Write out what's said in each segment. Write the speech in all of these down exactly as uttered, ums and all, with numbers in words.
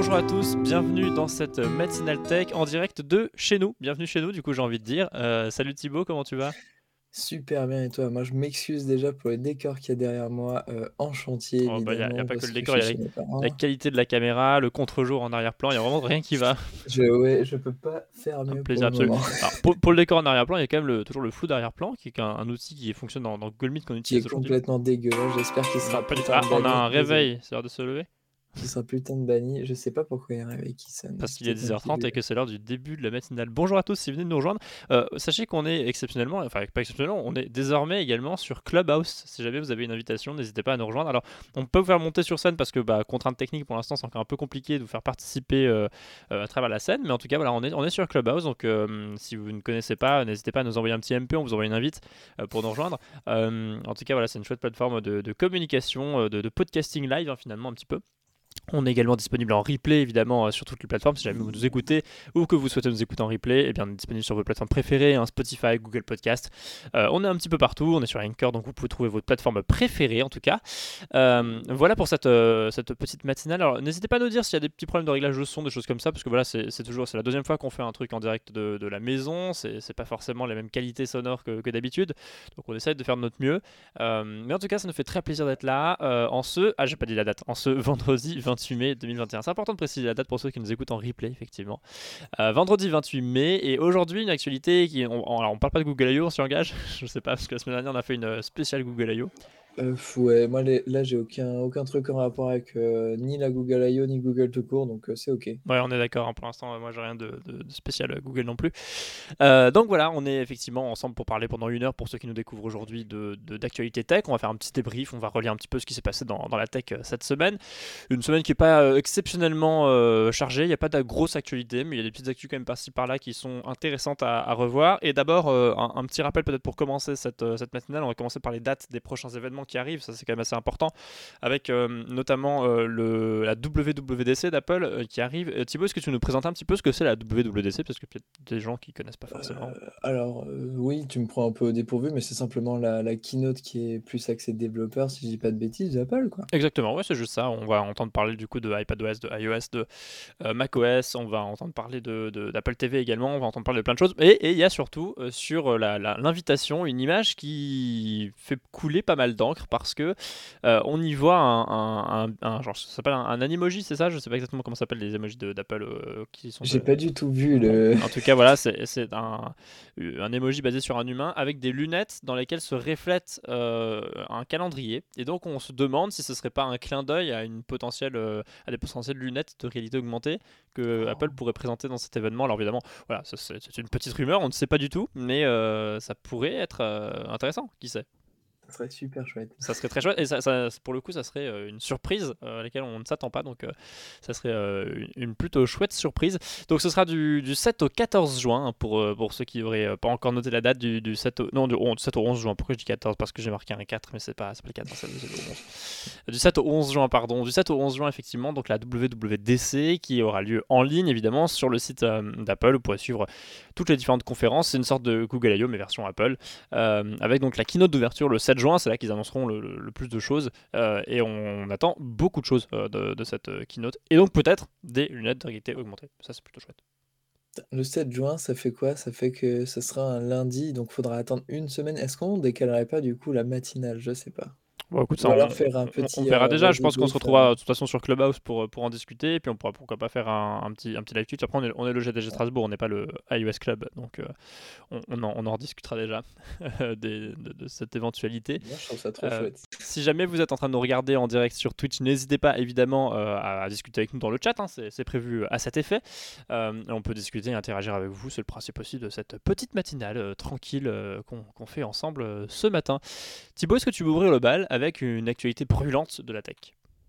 Bonjour à tous, bienvenue dans cette matinale tech en direct de chez nous. Bienvenue chez nous, du coup j'ai envie de dire. Euh, salut Thibaut, comment tu vas? Super bien et toi? Moi je m'excuse déjà pour le décor qu'il y a derrière moi, heu, en chantier Oh bah il n'y a, y a évidemment pas que parce le que je décor, il suis y a la, chez mes la parents. qualité de la caméra, le contre-jour en arrière-plan, il y a vraiment rien qui va. Je ouais, je peux pas faire Un mieux pour plaisir le absolu. moment. Alors pour, pour le décor en arrière-plan, il y a quand même le- toujours le flou d'arrière-plan, qui est un, un outil qui fonctionne dans, dans Google Meet qu'on Qui est utilise aujourd'hui. complètement dégueulasse, j'espère qu'il Non, sera pas plus du tout. tard Ah, on a banni, un désolé. réveil, c'est l'heure de se lever. Qu'il sera plus le temps de banni, je sais pas pourquoi il y a un réveil qui sonne, Parce c'est qu'il est peut-être dix moi heures qui trente vais et que c'est l'heure du début de la matinale. Bonjour à tous si vous venez de nous rejoindre. Euh, sachez qu'on est exceptionnellement, enfin pas exceptionnellement, on est désormais également sur Clubhouse. Si jamais vous avez une invitation, n'hésitez pas à nous rejoindre. Alors, on peut vous faire monter sur scène parce que, bah, contrainte technique pour l'instant, c'est encore un peu compliqué de vous faire participer euh, euh, à travers la scène. Mais en tout cas, voilà, on est, on est sur Clubhouse. Donc, euh, si vous ne connaissez pas, n'hésitez pas à nous envoyer un petit M P, on vous envoie une invite euh, pour nous rejoindre. Euh, en tout cas, voilà, c'est une chouette plateforme de, de communication, euh, de, de podcasting live, hein, finalement, un petit peu. On est également disponible en replay, évidemment, euh, sur toutes les plateformes. Si jamais vous nous écoutez ou que vous souhaitez nous écouter en replay, eh bien, on est disponible sur vos plateformes préférées, hein, Spotify, Google Podcast. Euh, on est un petit peu partout. On est sur Anchor, donc vous pouvez trouver votre plateforme préférée, en tout cas. Euh, voilà pour cette, euh, cette petite matinale. Alors, n'hésitez pas à nous dire s'il y a des petits problèmes de réglage de son, des choses comme ça, parce que voilà, c'est c'est toujours, c'est la deuxième fois qu'on fait un truc en direct de, de la maison. C'est c'est pas forcément les mêmes qualités sonores que, que d'habitude, donc on essaie de faire de notre mieux. Euh, mais en tout cas, ça nous fait très plaisir d'être là euh, en ce, ah, j'ai pas dit la date, en ce vendredi vingt-huit mai deux mille vingt et un. C'est important de préciser la date pour ceux qui nous écoutent en replay, effectivement. Euh, vendredi vingt-huit mai, et aujourd'hui, une actualité qui, on, on- alors on parle pas de Google I O, on s'y engage. Je sais pas, parce que la semaine dernière, on a fait une spéciale Google I O. Heu, ouais, moi les là j'ai aucun aucun truc en rapport avec, heu, ni la Google I O ni Google tout court donc heu, c'est OK. Ouais, on est d'accord, hein, pour l'instant, euh, moi j'ai rien de, de- de spécial euh, Google non plus. Euh, donc voilà, on est effectivement ensemble pour parler pendant une heure pour ceux qui nous découvrent aujourd'hui de, de- d'actualité tech. On va faire un petit débrief, on va relire un petit peu ce qui s'est passé dans, dans la tech euh, cette semaine. Une semaine qui n'est pas euh, exceptionnellement euh, chargée, il n'y a pas de grosse actualité, mais il y a des petites actus quand même par-ci par-là qui sont intéressantes à, à revoir. Et d'abord, euh, un, un petit rappel peut-être pour commencer cette, euh, cette matinale, on va commencer par les dates des prochains événements qui arrivent, ça c'est quand même assez important, avec euh, notamment euh, le, la W W D C d'Apple euh, qui arrive. Euh, Thibaut, est-ce que tu nous présentes un petit peu ce que c'est la W W D C, parce que peut-être des gens qui connaissent pas forcément. Heu, alors, heu, oui, tu me prends un peu au dépourvu, mais c'est simplement la la keynote qui est plus axée développeur, si je dis pas de bêtises, d'Apple, quoi. Exactement, ouais, c'est juste ça. On va entendre parler du coup de iPadOS, de iOS, de euh, macOS. On va entendre parler de, de- d'Apple T V également. On va entendre parler de plein de choses. Et et il y a surtout euh, sur euh, la- la- l'invitation une image qui fait couler pas mal d'encre parce que euh, on y voit un, un- un- un- genre, ça s'appelle un, un Animoji, c'est ça? Je sais pas exactement comment ça s'appelle les emojis de- d'Apple euh, qui sont J'ai de. pas du tout vu Bon, le en tout cas, voilà, c'est c'est un, un emoji basé sur un humain avec des lunettes dans lesquelles se reflète euh, un calendrier. Et donc, on se demande si ce serait pas un clin d'œil à une potentielle, euh, à des potentielles lunettes de réalité augmentée que Apple pourrait présenter dans cet événement. Alors évidemment, voilà, ça, c'est c'est une petite rumeur, on ne sait pas du tout, mais euh, ça pourrait être euh, intéressant, qui sait. Ça serait super chouette. Ça serait très chouette et ça, ça- pour le coup ça serait euh, une surprise euh, à laquelle on ne s'attend pas, donc euh, ça serait euh, une, une plutôt chouette surprise. Donc ce sera du, du sept au quatorze juin, hein, pour, euh, pour ceux qui n'auraient euh, pas encore noté la date, du, du sept au, non, du, oh, du sept au onze juin. Pourquoi je dis quatorze? Parce que j'ai marqué un quatre, mais c'est pas, c'est pas le quatorze, c'est le, c'est le onze. Du sept au onze juin, pardon, du sept au onze juin effectivement, donc la W W D C qui aura lieu en ligne évidemment sur le site euh, d'Apple. Vous pourrez suivre toutes les différentes conférences. C'est une sorte de Google I O mais version Apple, euh, avec donc la keynote d'ouverture le sept juin. C'est là qu'ils annonceront le, le- le plus de choses, euh, et on attend beaucoup de choses euh, de, de cette euh, keynote, et donc peut-être des lunettes de réalité augmentée. Ça c'est plutôt chouette. Le sept juin, ça fait quoi? Ça fait que ce sera un lundi, donc faudra attendre une semaine. Est-ce qu'on décalerait pas du coup la matinale? Je sais pas. Bon, écoute, ça, Ou alors on, faire un on- on petit, verra heu, déjà. Je pense qu'on se redébrief, heu retrouvera de toute façon sur Clubhouse pour, pour en discuter. Et puis on pourra pourquoi pas faire un, un petit, un petit live tweet. Après, on est, on est le G D G Strasbourg, on n'est pas le iOS Club. Donc euh, on, on en, on en rediscutera déjà des- de, de cette éventualité. moi je trouve ça trop Euh, chouette. Si jamais vous êtes en train de nous regarder en direct sur Twitch, n'hésitez pas évidemment euh, à, à discuter avec nous dans le chat, hein, c'est c'est prévu à cet effet. Euh, et on peut discuter et interagir avec vous, c'est le principe aussi de cette petite matinale euh, tranquille euh, qu'on qu'on fait ensemble euh, ce matin. Thibaut, est-ce que tu veux ouvrir le bal avec une actualité brûlante de la tech?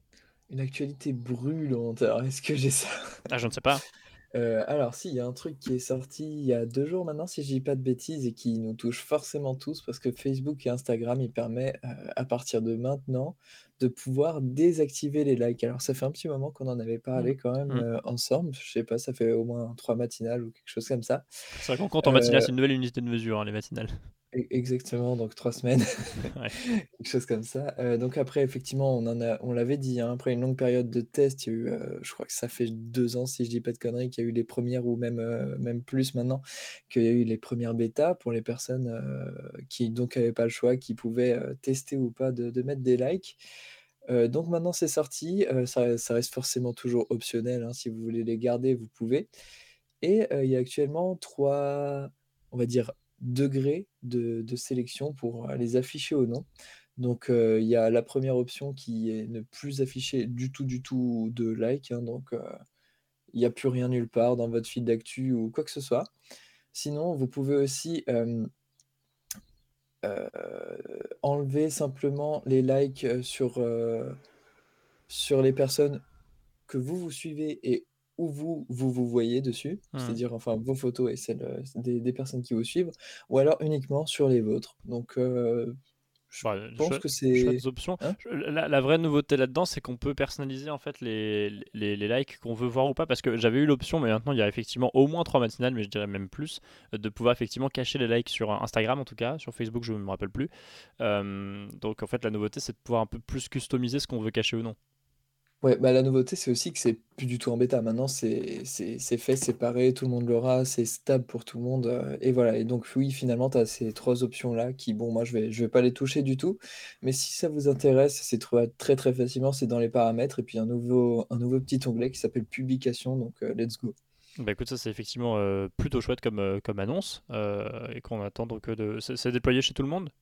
Une actualité brûlante, alors est-ce que j'ai ça? Ah, je ne sais pas. Heu, alors si, il y a un truc qui est sorti il y a deux jours maintenant, si je dis pas de bêtises et qui nous touche forcément tous parce que Facebook et Instagram, il permet, heu, à partir de maintenant, de pouvoir désactiver les likes. Alors ça fait un petit moment qu'on en avait Mm. parlé quand même, Mm. heu, ensemble, je sais pas, ça fait au moins trois matinales ou quelque chose comme ça. C'est vrai qu'on compte en matinale, Heu c'est une nouvelle unité de mesure, hein, les matinales. E exactement, donc trois semaines, Ouais. quelque chose comme ça. Heu, donc après effectivement, on en a on l'avait dit, hein, après une longue période de test, il y a eu, heu, je crois que ça fait deux ans, si je dis pas de conneries, qu'il y a eu les premières ou même, heu, même plus maintenant, qu'il y a eu les premières bêtas pour les personnes, heu, qui donc avaient pas le choix, qui pouvaient, heu, tester ou pas de de mettre des likes. Heu, donc maintenant c'est sorti, heu, ça ça reste forcément toujours optionnel, hein, si vous voulez les garder, vous pouvez. Et heu, il y a actuellement trois, on va dire, degrés de de sélection pour, heu, les afficher ou non. Donc heu, il y a la première option qui est ne plus afficher du tout, du tout de like, hein, donc heu, il y a plus rien nulle part dans votre fil d'actu ou quoi que ce soit. Sinon, vous pouvez aussi, hem, heu, enlever simplement les likes, heu, sur, heu, sur les personnes que vous, vous suivez et où vous, vous vous voyez dessus, Mmh. c'est-à-dire enfin vos photos et celles, heu, des des personnes qui vous suivent, ou alors uniquement sur les vôtres. Donc heu, je Bah, heu, pense chouette que c'est chouettes options. hein? Je la la vraie nouveauté là-dedans, c'est qu'on peut personnaliser en fait les les les likes qu'on veut voir ou pas, parce que j'avais eu l'option, mais maintenant il y a effectivement au moins trois matinales, mais je dirais même plus, heu, de pouvoir effectivement cacher les likes sur Instagram en tout cas, sur Facebook je me rappelle plus. Hem, donc en fait la nouveauté c'est de pouvoir un peu plus customiser ce qu'on veut cacher ou non. Ouais, bah, la nouveauté, c'est aussi que c'est plus du tout en bêta. Maintenant, c'est c'est c'est fait, c'est pareil, tout le monde l'aura, c'est stable pour tout le monde, heu et voilà et donc oui, finalement, tu as ces trois options-là qui, bon, moi, je vais je vais pas les toucher du tout, mais si ça vous intéresse, c'est trouvable très, très facilement, c'est dans les paramètres et puis un nouveau un nouveau petit onglet qui s'appelle publication donc heu, let's go. Bah, écoute, ça c'est effectivement, heu, plutôt chouette comme, heu, comme annonce, heu et qu'on attend donc, heu, de c'est c'est déployé chez tout le monde?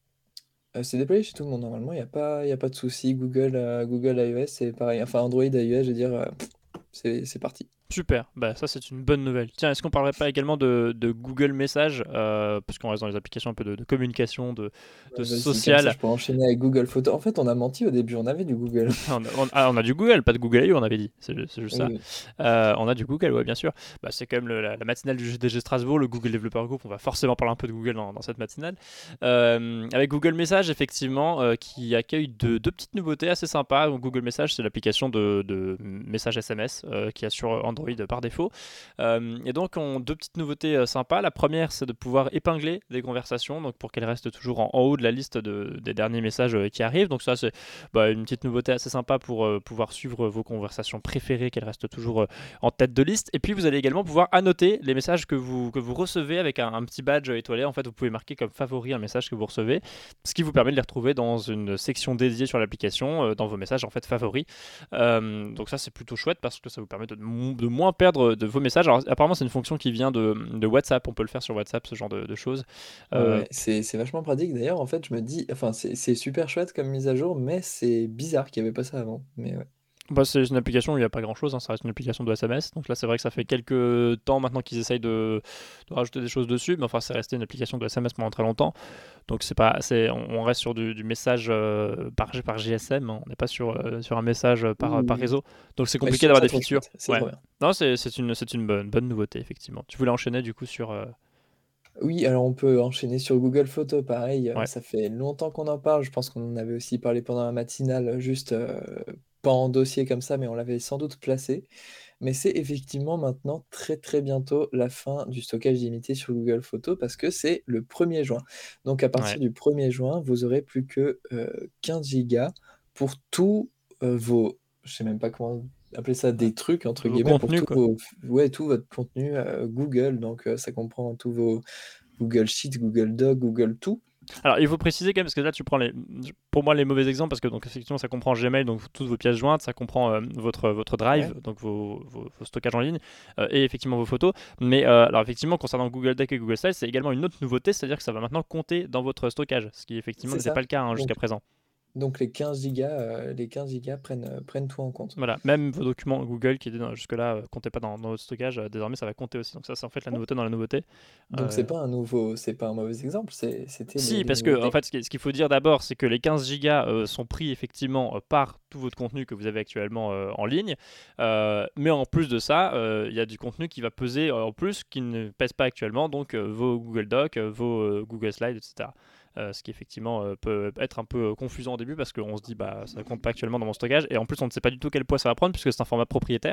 Heu, c'est déployé chez tout le monde normalement, il y a pas il y a pas de souci. Google, heu, Google iOS, c'est pareil, enfin Android, iOS, je veux dire, heu, c'est c'est parti. Super, bah ça c'est une bonne nouvelle. Tiens, est-ce qu'on parlerait pas également de, de Google Message, euh, parce qu'on reste dans les applications un peu de, de communication, de, de Ouais, vas-y, comme ça, social. je pourrais enchaîner avec Google Photos. En fait, on a menti au début, on avait du Google. On a, on- ah, on a du Google, pas de Google I O, on avait dit, c'est ju- c'est juste Oui, ça. oui. Euh, on a du Google, ouais, bien sûr. Bah, c'est quand même le- la, la matinale du G D G Strasbourg, le Google Developer Group, on va forcément parler un peu de Google dans, dans cette matinale. Euh, avec Google Message, effectivement, euh, qui accueille deux, deux petites nouveautés assez sympas. Donc, Google Message, c'est l'application de, de messages S M S euh, qui a sur Android par défaut. Euh, et donc, on deux petites nouveautés euh, sympas. La première, c'est de pouvoir épingler des conversations, donc pour qu'elles restent toujours en, en haut de la liste de- des derniers messages euh, qui arrivent. Donc ça, c'est bah, une petite nouveauté assez sympa pour euh, pouvoir suivre vos conversations préférées, qu'elles restent toujours euh, en tête de liste. Et puis, vous allez également pouvoir annoter les messages que vous, que vous recevez avec un, un petit badge étoilé. En fait, vous pouvez marquer comme favori un message que vous recevez, ce qui vous permet de les retrouver dans une section dédiée sur l'application, euh, dans vos messages en fait favoris. Euh, donc ça, c'est plutôt chouette parce que ça vous permet de, de moins perdre de vos messages. Alors, apparemment, c'est une fonction qui vient de, de WhatsApp. On peut le faire sur WhatsApp, ce genre de, de choses. Ouais, Euh, ouais, c'est c'est vachement pratique. D'ailleurs, en fait, je me dis enfin, c'est c'est super chouette comme mise à jour, mais c'est bizarre qu'il y avait pas ça avant. Mais ouais. Bah, c'est une application où il n'y a pas grand chose, hein, ça reste une application de S M S. Donc là, c'est vrai que ça fait quelques temps maintenant qu'ils essayent de, de rajouter des choses dessus, mais enfin, c'est resté une application de S M S pendant très longtemps. Donc c'est pas, c'est, on on reste sur du, du message euh, par, par G S M, hein. On n'est pas sur, euh, sur un message Oui, par, oui, par oui. réseau. Donc c'est Mais je compliqué trouve d'avoir ça des trop features. chouette, c'est Ouais. trop bien. Non, c'est, c'est une, c'est une bonne, bonne nouveauté, effectivement. Tu voulais enchaîner du coup sur. euh, Oui, alors on peut enchaîner sur Google Photos, pareil, heu, Ouais. ça fait longtemps qu'on en parle. Je pense qu'on en avait aussi parlé pendant la matinale, juste, heu, pas en dossier comme ça, mais on l'avait sans doute placé. Mais c'est effectivement maintenant très, très bientôt la fin du stockage illimité sur Google Photos parce que c'est le premier juin. Donc à Ouais. partir du premier juin, vous aurez plus que, heu, quinze gigas pour tous, heu, vos je sais même pas comment appeler ça, Ouais. «des trucs» entre Vos guillemets, pour contenus, tous quoi. vos ouais, tout votre contenu, heu, Google. Donc heu, ça comprend tous vos Google Sheets, Google Docs, Google tout. Alors, il faut préciser quand même, parce que là, tu prends les, pour moi les mauvais exemples, parce que donc effectivement, ça comprend Gmail, donc toutes vos pièces jointes, ça comprend euh, votre votre Ouais. Drive, donc vos, vos, vos stockages en ligne, euh, et effectivement vos photos. Mais euh, alors effectivement, concernant Google Doc et Google Slides, c'est également une autre nouveauté, c'est-à-dire que ça va maintenant compter dans votre stockage, ce qui effectivement C'est n'était pas ça. le cas hein, Donc jusqu'à présent. donc les quinze gigas, heu, les quinze gigas prennent, heu, prennent tout en compte. Voilà, même vos documents Google qui étaient dans- jusque-là euh, comptaient pas dans, dans votre stockage, euh, désormais ça va compter aussi. Donc ça, c'est en fait la nouveauté dans la nouveauté. Donc Euh, c'est pas un nouveau c'est pas un mauvais exemple, c'est c'était les Si, les parce que en nouveautés. fait, ce qui- ce qu'il faut dire d'abord, c'est que les quinze gigas euh, sont pris effectivement euh, par tout votre contenu que vous avez actuellement euh, en ligne. Euh, mais en plus de ça, euh, il y a du contenu qui va peser euh, en plus qui ne pèse pas actuellement, donc euh, vos Google Docs, euh, vos euh, Google Slides, et cetera. Euh, ce qui effectivement euh, peut être un peu euh, confusant au début parce qu'on se dit bah ça compte pas actuellement dans mon stockage et en plus on ne sait pas du tout quel poids ça va prendre puisque c'est un format propriétaire.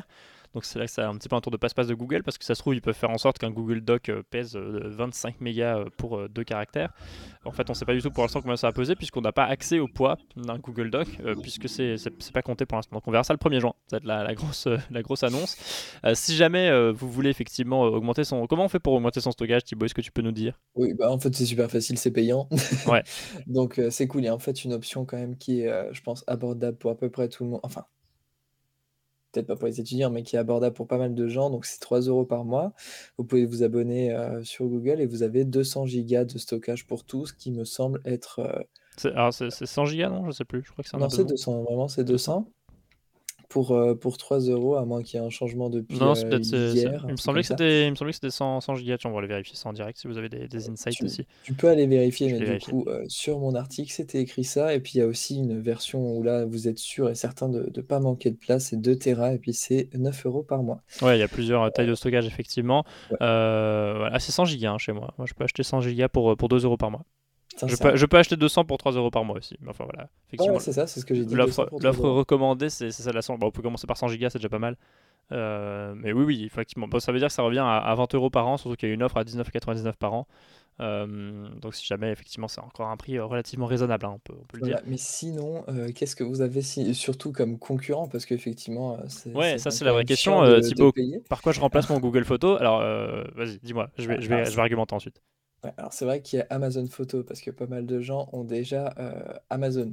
Donc c'est là que c'est un petit peu un tour de passe-passe de Google, parce que ça se trouve, ils peuvent faire en sorte qu'un Google Doc euh, pèse euh, vingt-cinq mégas euh, pour euh, deux caractères. En fait, on ne sait pas du tout pour l'instant combien ça va peser, puisqu'on n'a pas accès au poids d'un Google Doc, euh, puisque c'est, c'est, c'est pas compté pour l'instant. Donc on verra ça le premier juin. Ça va être la, la, grosse, euh, la grosse annonce. Euh, si jamais euh, vous voulez effectivement euh, augmenter son... Comment on fait pour augmenter son stockage, Thibaut? Est-ce que tu peux nous dire? Oui, bah, en fait, c'est super facile, c'est payant. Ouais. Donc heu, c'est cool. Il y a en fait une option quand même qui est, heu, je pense abordable pour à peu près tout le monde. Enfin, peut-être pas pour les étudiants, mais qui est abordable pour pas mal de gens. Donc c'est trois euros par mois. Vous pouvez vous abonner, heu, sur Google et vous avez deux cents gigas de stockage pour tout, ce qui me semble être, heu C'est, alors c'est, c'est cent gigas, non? Je sais plus. Je crois que c'est un non, c'est abonnement. deux cents, vraiment, c'est deux cents. deux cents pour, heu, pour trois euros, à moins qu'il y ait un changement depuis, Non, c'est heu, peut-être. c'est- c'est- hier, Il un me truc semblait comme que ça. c'était, il me semblait que c'était cent, cent gigas. Tiens, on va aller vérifier ça en direct si vous avez des, des insights Tu aussi. tu peux aller vérifier, Je mais vais du vérifier. coup, heu, sur mon article, c'était écrit ça et puis il y a aussi une version où là, vous êtes sûr et certain de ne pas manquer de place, c'est deux téra et puis c'est neuf euros par mois. Ouais, il y a plusieurs euh, tailles de stockage, effectivement. Ouais, Euh, voilà, c'est cent gigas hein, chez moi. Moi, je peux acheter cent gigas pour, euh, pour deux euros par mois. putain, Je c'est peux, un je peux acheter deux cents pour trois euros par mois aussi. Mais enfin, voilà. ouais, ouais, Effectivement, c'est ça, c'est ce que j'ai dit, deux cents l'offre, pour trois l'offre euros. recommandée, c'est, c'est celle-là. Bon, on peut commencer par cent gigas, c'est déjà pas mal. Euh, mais oui, oui, effectivement. Bon, ça veut dire que ça revient à, à vingt euros par an, surtout qu'il y a une offre à dix-neuf quatre-vingt-dix-neuf par an. Euh, donc si jamais, effectivement, c'est encore un prix euh, relativement raisonnable, hein, on peut, on peut le dire. Voilà, mais sinon, heu, qu'est-ce que vous avez si surtout comme concurrent? Parce qu'effectivement, heu, c'est Ouais, c'est ça quand c'est la vraie même question. chiant Euh, de de Thibaut, payer. par quoi je remplace mon Google Photo? Alors, euh, vas-y, dis-moi, je vais, Ah, je alors vais, je vais c'est argumenter ensuite. ouais, alors c'est vrai qu'il y a Amazon Photo parce que pas mal de gens ont déjà, heu, Amazon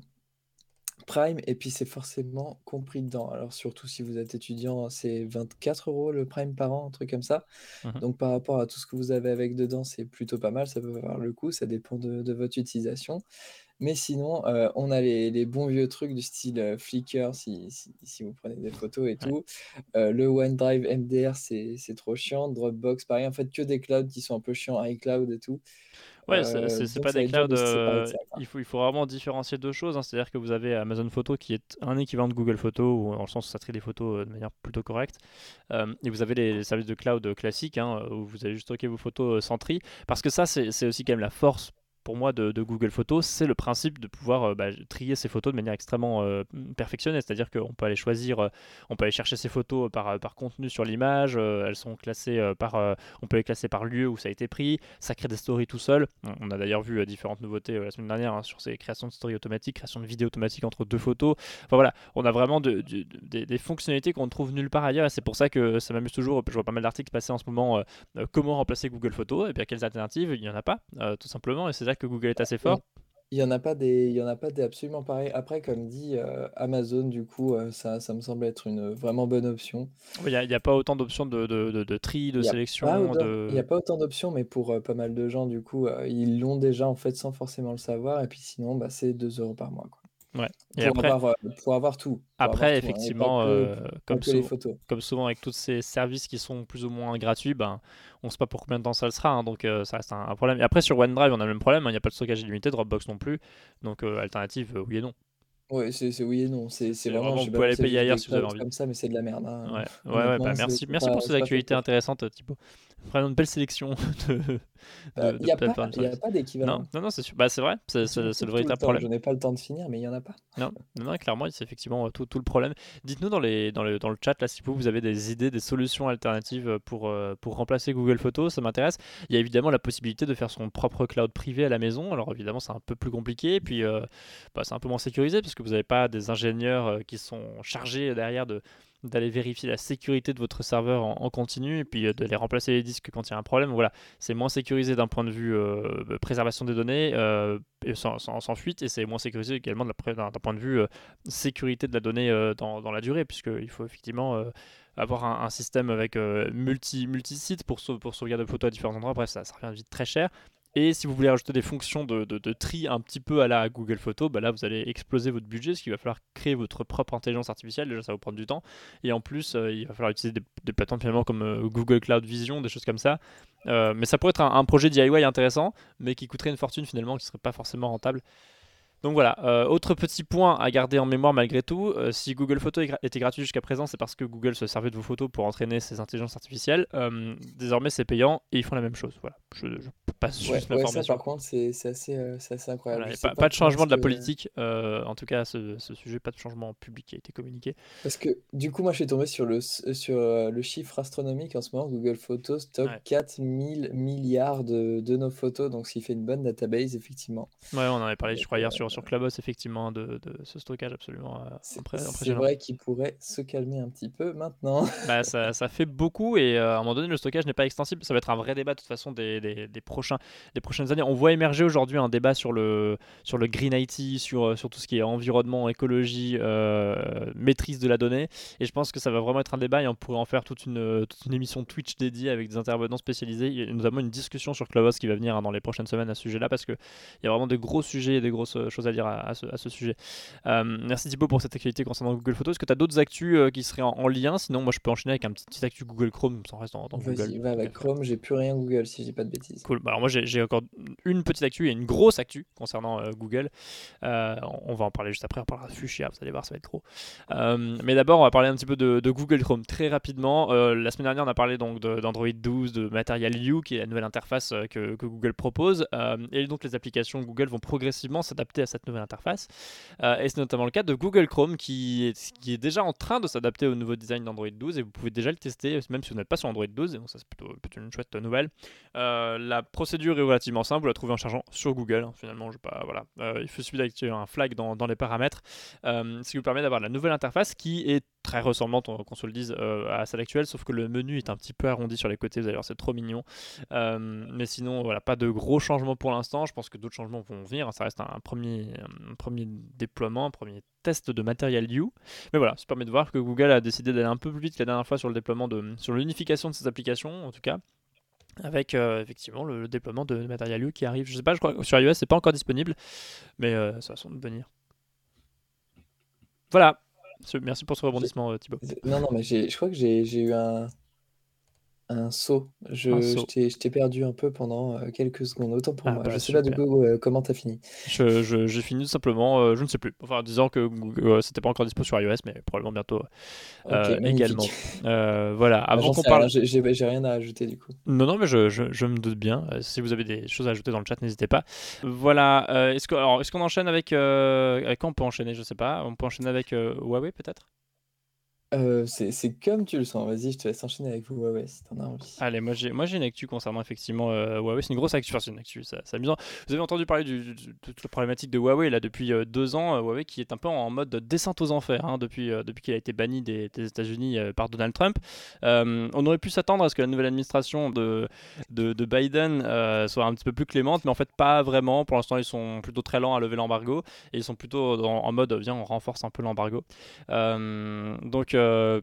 Prime et puis c'est forcément compris dedans. Alors surtout si vous êtes étudiant, c'est vingt-quatre euros le Prime par an, un truc comme ça. Mhm. Donc par rapport à tout ce que vous avez avec dedans, c'est plutôt pas mal, ça peut valoir le coup, ça dépend de de votre utilisation. Mais sinon, heu, on a les les bons vieux trucs du style, heu, Flickr si si si vous prenez des photos et Ouais. tout. Heu, le OneDrive M D R c'est c'est trop chiant. Dropbox pareil, en fait que des clouds qui sont un peu chiants, iCloud et tout. Ouais, c'est Heu, c'est- c'est donc pas ça va des être dur clouds. de se séparer de euh, ça, quoi. il faut, il faut vraiment différencier deux choses, hein. C'est-à-dire que vous avez Amazon Photo qui est un équivalent de Google Photo, ou dans le sens où ça trie des photos euh, de manière plutôt correcte. Euh, et vous avez les, les services de cloud classiques, hein, où vous allez juste stocker vos photos euh, sans tri. Parce que ça, c'est c'est aussi quand même la force pour moi de, de Google Photos, c'est le principe de pouvoir euh, bah, trier ces photos de manière extrêmement euh, perfectionnée. C'est-à-dire qu'on peut aller choisir, euh, on peut aller chercher ces photos par, par contenu sur l'image, euh, elles sont classées euh, par, euh, on peut les classer par lieu où ça a été pris, ça crée des stories tout seul. On a d'ailleurs vu euh, différentes nouveautés euh, la semaine dernière hein, sur ces créations de stories automatiques, création de vidéos automatiques entre deux photos. Enfin voilà, on a vraiment de, de, de, des, des fonctionnalités qu'on ne trouve nulle part ailleurs et c'est pour ça que ça m'amuse toujours. Je vois pas mal d'articles passer en ce moment. Euh, euh, comment remplacer Google Photos? Et bien quelles alternatives? Il n'y en a pas, euh, tout simplement. Et c'est là que Google est assez Il y en fort. il y en a pas des il y en a pas des absolument pareils. Après comme dit, heu, Amazon du coup, heu, ça ça me semble être une, vraiment bonne option. Il n'y a, y a pas autant d'options de, de, de, de tri, de Il y a pas sélection, autant il y a de... pas autant d'options, mais pour, heu, pas mal de gens du coup, heu, ils l'ont déjà en fait sans forcément le savoir et puis sinon, bah, c'est deux euros par mois, quoi. Ouais. Et Pour après, avoir, heu, pour avoir tout, pour avoir après tout, hein et pas effectivement, que euh, pas comme, que les souvent, photos. comme souvent avec tous ces services qui sont plus ou moins gratuits, ben, on ne sait pas pour combien de temps ça le sera. Hein, donc euh, ça reste un, un problème. Et après sur OneDrive, on a le même problème. Il n'y a pas de stockage illimité, Dropbox non plus. Donc euh, alternative, euh, oui et non. Ouais, c'est c'est oui et non, c'est C'est c'est c'est vraiment vraiment, je vous sais pouvez aller balancer payer juste ailleurs des si vous avez clouds envie. comme ça, mais c'est de la merde, hein, Ouais, ouais, ouais, bah honnêtement, c'est merci, c'est merci pas pour ces c'est pas fait actualités pour. intéressantes, Thibaut. Vraiment une belle sélection de, Heu, de, il de y a pas plateformes de il y a services. pas Non, d'équivalent. non, non, c'est sûr. Bah, c'est vrai, c'est J'y c'est- c'est le trouve tout le véritable temps, problème. je n'ai pas le temps de finir, mais il y en a pas. Non, non, non, clairement, c'est effectivement euh, tout, tout le problème. Dites-nous dans, les, dans, le, dans le chat là, si vous, vous avez des idées, des solutions alternatives pour, euh, pour remplacer Google Photos, ça m'intéresse. Il y a évidemment la possibilité de faire son propre cloud privé à la maison. Alors évidemment, c'est un peu plus compliqué, puis euh, bah, c'est un peu moins sécurisé puisque vous n'avez pas des ingénieurs euh, qui sont chargés derrière de d'aller vérifier la sécurité de votre serveur en, en continu et puis euh, de les remplacer les disques quand il y a un problème. Voilà, c'est moins sécurisé d'un point de vue euh, préservation des données euh, et sans, sans, sans fuite et c'est moins sécurisé également de la- d'un d'un point de vue euh, sécurité de la donnée euh, dans, dans la durée puisqu'il faut effectivement euh, avoir un, un système avec euh, multi, multi-sites pour, sau- pour sauvegarder des photos à différents endroits. Bref, ça, ça revient vite très cher. Et si vous voulez rajouter des fonctions de, de, de tri un petit peu à la Google Photos, bah là vous allez exploser votre budget, parce qu'il va falloir créer votre propre intelligence artificielle. Déjà, ça va vous prendre du temps. Et en plus, euh, il va falloir utiliser des, des plateformes finalement comme euh, Google Cloud Vision, des choses comme ça. Euh, mais ça pourrait être un, un projet D I Y intéressant, mais qui coûterait une fortune finalement, qui serait pas forcément rentable. Donc voilà, euh, autre petit point à garder en mémoire malgré tout, euh, si Google Photos est gra- était gratuit jusqu'à présent, c'est parce que Google se servait de vos photos pour entraîner ses intelligences artificielles. Euh, désormais c'est payant et ils font la même chose. Voilà, je, je passe Ouais, juste ouais, ça l'information. par contre, c'est c'est assez, euh, c'est assez incroyable. Voilà, Je et sais pas, pas pas de comment changement est-ce de la que. politique, euh, en tout cas à ce, ce sujet, pas de changement public qui a été communiqué. Parce que du coup, moi, je suis tombé sur le, s- sur euh, le chiffre astronomique en ce moment. Google Photos stocke Ouais. quatre mille milliards de, de nos photos, donc ce qui fait une bonne database, effectivement. Ouais, on en avait parlé, je Donc, crois, hier euh, sur, sur Clubhouse, effectivement, de, de ce stockage absolument euh, c'est impré- c'est impressionnant. vrai qu'il pourrait se calmer un petit peu maintenant. Bah, ça, ça fait beaucoup et euh, à un moment donné, le stockage n'est pas extensible. Ça va être un vrai débat de toute façon des, des, des prochains, des prochaines années. On voit émerger aujourd'hui un débat sur le, sur le Green I T, sur, euh, sur tout ce qui est environnement, écologie, euh, maîtrise de la donnée. Et je pense que ça va vraiment être un débat et on pourrait en faire toute une, toute une émission Twitch dédiée avec des intervenants spécialisés. Il y a notamment une discussion sur Clubhouse qui va venir hein, dans les prochaines semaines à ce sujet-là parce qu'il y a vraiment de gros sujets et des grosses choses à dire à, à, ce, à ce sujet. Euh, merci Thibaut pour cette actualité concernant Google Photos. Est-ce que tu as d'autres actus euh, qui seraient en, en lien? Sinon, moi je peux enchaîner avec un petit, petit actu Google Chrome, ça reste dans, dans Google. Vas-y, va Tant qu'à avec faire. Chrome, j'ai plus rien Google si je dis pas de bêtises. Cool. Bah, alors moi j'ai j'ai encore une petite actu et une grosse actu concernant euh, Google. Euh, on va en parler juste après, on parlera de Fuchsia, vous allez voir, ça va être gros. Euh, mais d'abord, on va parler un petit peu de, de Google Chrome très rapidement. Euh, la semaine dernière, on a parlé donc de- d'Android douze, de Material You, qui est la nouvelle interface euh, que, que Google propose. Euh, et donc les applications Google vont progressivement s'adapter à cette nouvelle interface. Euh, et c'est notamment le cas de Google Chrome qui est, qui est déjà en train de s'adapter au nouveau design d'Android douze et vous pouvez déjà le tester même si vous n'êtes pas sur Android douze, et donc ça c'est plutôt, plutôt une chouette nouvelle. Euh, la procédure est relativement simple, vous la trouvez en chargeant sur Google. Hein, finalement, je pas, voilà. Euh, il faut suffit d'activer un flag dans, dans les paramètres, euh, ce qui vous permet d'avoir la nouvelle interface qui est très ressemblante, qu'on se le dise, euh, à celle actuelle, sauf que le menu est un petit peu arrondi sur les côtés, vous allez voir, c'est trop mignon. Euh, mais sinon, voilà, pas de gros changements pour l'instant. Je pense que d'autres changements vont venir. Ça reste un, un premier, un premier déploiement, un premier test de Material You. Mais voilà, ça permet de voir que Google a décidé d'aller un peu plus vite que la dernière fois sur le déploiement de, sur l'unification de ses applications, en tout cas avec euh, effectivement le, le déploiement de Material You qui arrive. Je sais pas, je crois que sur iOS c'est pas encore disponible, mais euh, ça va sans doute venir. Voilà. Merci pour ce J'ai- rebondissement, euh, Thibaut. Non, non, mais j'ai, je crois que j'ai j'ai eu un, un saut. Un Je, je saut. t'ai je t'ai perdu un peu pendant euh, quelques secondes. Autant pour Ah moi. Je bah sais pas du super. coup euh, comment t'as fini. Je, je, j'ai fini tout simplement, euh, je ne sais plus. Enfin, en disant que euh, c'était pas encore dispo sur iOS, mais probablement bientôt Ok, euh, magnifique. également. Euh, voilà. Bah, Avant j'en qu'on sais parle. rien, j'ai j'ai- j'ai rien à ajouter du coup. Non, non, mais je, je, je me doute bien. Euh, si vous avez des choses à ajouter dans le chat, n'hésitez pas. Voilà. Euh, est-ce que, alors, est-ce qu'on enchaîne avec. Euh, avec quoi on peut enchaîner? Je sais pas. On peut enchaîner avec euh, Huawei peut-être? Euh, c'est c'est comme tu le sens. Vas-y, je te laisse enchaîner avec vous. Ouais, ouais, si t'en as envie. Allez, moi j'ai, moi j'ai une actu concernant effectivement euh, Huawei. C'est une grosse actu, enfin c'est une actu, ça- c'est amusant. Vous avez entendu parler du- du- de toute la problématique de Huawei là depuis euh, deux ans. euh, Huawei qui est un peu en mode descente aux enfers hein, depuis, euh, depuis qu'il a été banni des, des États-Unis euh, par Donald Trump. Euh, on aurait pu s'attendre à ce que la nouvelle administration de, de, de Biden euh, soit un petit peu plus clémente, mais en fait pas vraiment. Pour l'instant, ils sont plutôt très lents à lever l'embargo et ils sont plutôt dans- en mode viens, on renforce un peu l'embargo. Euh, donc. euh,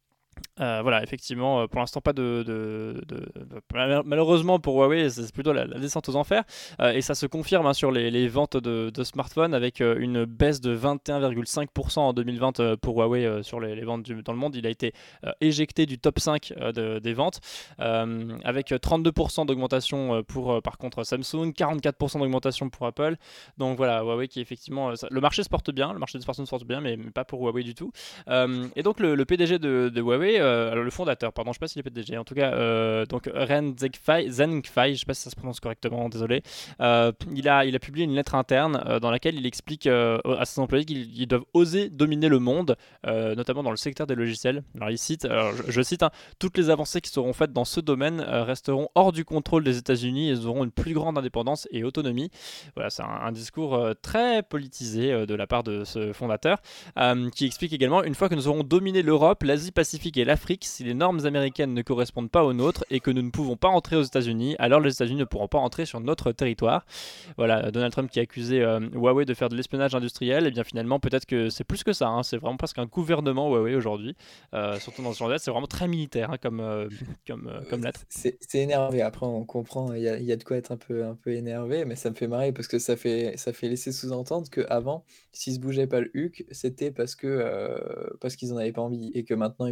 euh, voilà, effectivement, euh, pour l'instant, pas de, de- de- de- malheureusement pour Huawei, c'est plutôt la, la descente aux enfers. Euh, et ça se confirme hein, sur les, les ventes de, de smartphones avec euh, une baisse de vingt et un virgule cinq pour cent en deux mille vingt euh, pour Huawei euh, sur les, les ventes du- dans le monde. Il a été euh, éjecté du top cinq euh, de- des ventes euh, avec trente-deux pour cent d'augmentation euh, pour euh, par contre Samsung, quarante-quatre pour cent d'augmentation pour Apple. Donc voilà, Huawei qui effectivement, euh, ça- le marché se porte bien, le marché des smartphones se porte bien, mais, mais pas pour Huawei du tout. Euh, et donc le, le P D G de, de Huawei, euh, alors le fondateur, pardon, je sais pas s'il est P D G, en tout cas, euh, donc Ren Zhengfei, Zhengfei, je sais pas si ça se prononce correctement, désolé. Euh, il a, il a publié une lettre interne euh, dans laquelle il explique euh, à ses employés qu'ils ils doivent oser dominer le monde, euh, notamment dans le secteur des logiciels. Alors il cite, alors, je, je cite, hein, toutes les avancées qui seront faites dans ce domaine euh, resteront hors du contrôle des États-Unis et ils auront une plus grande indépendance et autonomie. Voilà, c'est un, un discours euh, très politisé euh, de la part de ce fondateur. Euh, qui explique également une fois que nous aurons dominé l'Europe, l'Asie-Pacifique et l'Afrique, si les normes américaines ne correspondent pas aux nôtres et que nous ne pouvons pas entrer aux États-Unis, alors les États-Unis ne pourront pas entrer sur notre territoire. Voilà, Donald Trump qui a accusé euh, Huawei de faire de l'espionnage industriel, et bien finalement peut-être que c'est plus que ça, hein, c'est vraiment presque un gouvernement Huawei aujourd'hui, euh, surtout dans ce genre de lettre, c'est vraiment très militaire hein, comme, euh, comme, euh, Euh, comme lettre. C'est c'est énervé. Après, on comprend, il y a, il y a de quoi être un peu, un peu énervé, mais ça me fait marrer parce que ça fait, ça fait laisser sous-entendre qu'avant, s'ils se bougeaient pas le huc, c'était parce que, euh, parce qu'ils en avaient pas envie et que maintenant ils peuvent tout déchirer.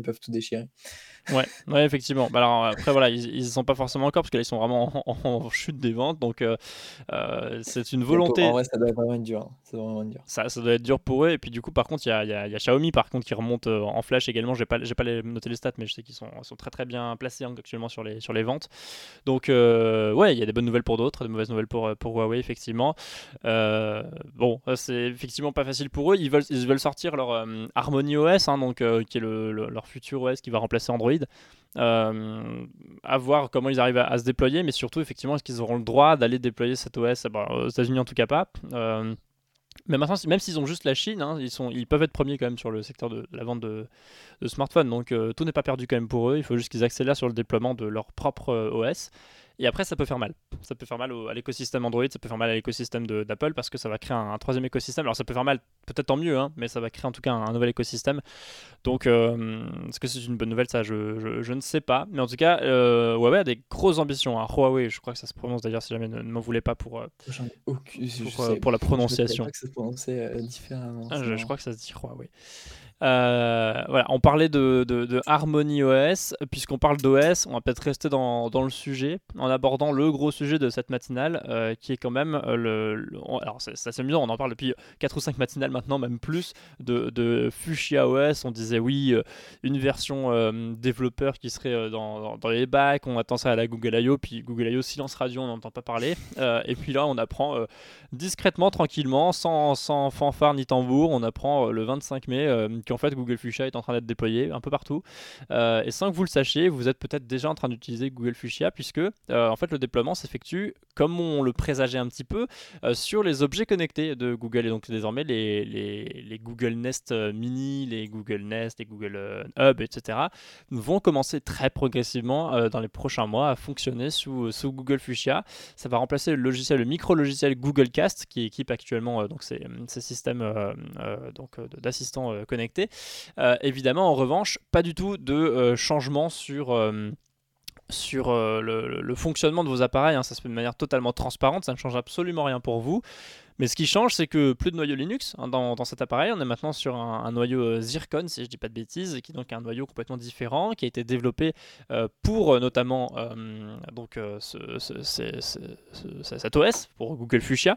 déchiré. Ouais, ouais, effectivement. Bah alors après voilà, ils ils y sont pas forcément encore parce que là ils sont vraiment en, en- en chute des ventes, donc euh, euh, c'est une Les pauvres, en volonté. vrai, ça doit vraiment être dur, hein. Ça doit vraiment être dur. Ça, ça doit être dur pour eux. Et puis du coup, par contre, il y a, il y a- il y a Xiaomi par contre qui remonte euh, en flash également. J'ai pas, j'ai pas les, noté les stats, mais je sais qu'ils sont, ils sont très très bien placés hein, actuellement sur les, sur les ventes. Donc euh, ouais, il y a des bonnes nouvelles pour d'autres, des mauvaises nouvelles pour, euh, pour Huawei effectivement. Euh, bon, euh, c'est effectivement pas facile pour eux. Ils veulent, ils veulent sortir leur euh, Harmony O S, hein, donc euh, qui est le, le- leur futur O S qui va remplacer Android. Euh, à voir comment ils arrivent à, à se déployer, mais surtout effectivement est-ce qu'ils auront le droit d'aller déployer cet O S, bah, aux États-Unis en tout cas pas. Euh, mais maintenant, si- même s'ils ont juste la Chine, hein, ils, sont, ils peuvent être premiers quand même sur le secteur de, de la vente de, de smartphones. Donc euh, tout n'est pas perdu quand même pour eux. Il faut juste qu'ils accélèrent sur le déploiement de leur propre euh, O S. Et après, ça peut faire mal. Ça peut faire mal au- à l'écosystème Android, ça peut faire mal à l'écosystème de- d'Apple parce que ça va créer un, un troisième écosystème. Alors ça peut faire mal, peut-être tant mieux, hein, mais ça va créer en tout cas un, un nouvel écosystème. Donc, euh, est-ce que c'est une bonne nouvelle? Ça, je, je- je ne sais pas. Mais en tout cas, euh, Huawei a des grosses ambitions, hein. Huawei, je crois que ça se prononce d'ailleurs, si jamais ne, ne m'en voulez pas pour, euh, J'en ai aucune, je pour, euh, sais, pour la je ne savais prononciation. pas que ça se prononçait euh, différemment, Ah, c'est je, je marrant. crois que ça se dit Huawei. Euh, voilà, on parlait de, de, de Harmony O S. Puisqu'on parle d'O S, on va peut-être rester dans, dans le sujet en abordant le gros sujet de cette matinale euh, qui est quand même euh, le. le- on- alors, c'est c'est assez amusant, on en parle depuis quatre ou cinq matinales maintenant, même plus, de, de Fuchsia O S. On disait oui, euh, une version euh, développeur qui serait euh, dans, dans, dans les bacs. On attend ça à la Google I O, puis Google I O, silence radio, on n'entend pas parler. Euh, et puis là, on apprend euh, discrètement, tranquillement, sans, sans fanfare ni tambour, on apprend euh, le vingt-cinq mai euh, qu'en fait Google Fuchsia est en train d'être déployé un peu partout. Euh, et sans que vous le sachiez, vous êtes peut-être déjà en train d'utiliser Google Fuchsia puisque euh, en fait le déploiement s'effectue comme on le présageait un petit peu euh, sur les objets connectés de Google. Et donc désormais les, les, les Google Nest euh, Mini, les Google Nest, les Google euh, Hub, et cetera vont commencer très progressivement euh, dans les prochains mois à fonctionner sous, sous Google Fuchsia. Ça va remplacer le logiciel, le micro-logiciel Google Cast qui équipe actuellement euh, donc ces, ces systèmes euh, euh, donc, euh, d'assistants euh, connectés. Euh, évidemment, en revanche, pas du tout de euh, changement sur... euh, sur euh, le, le fonctionnement de vos appareils, hein. Ça se fait de manière totalement transparente, ça ne change absolument rien pour vous. Mais ce qui change, c'est que plus de noyau Linux hein, dans, dans cet appareil. On est maintenant sur un, un noyau euh, Zircon, si je dis pas de bêtises, qui est donc un noyau complètement différent, qui a été développé euh, pour euh, notamment euh, donc, euh, ce, ce, ce, ce, ce- cet O S, pour Google Fuchsia.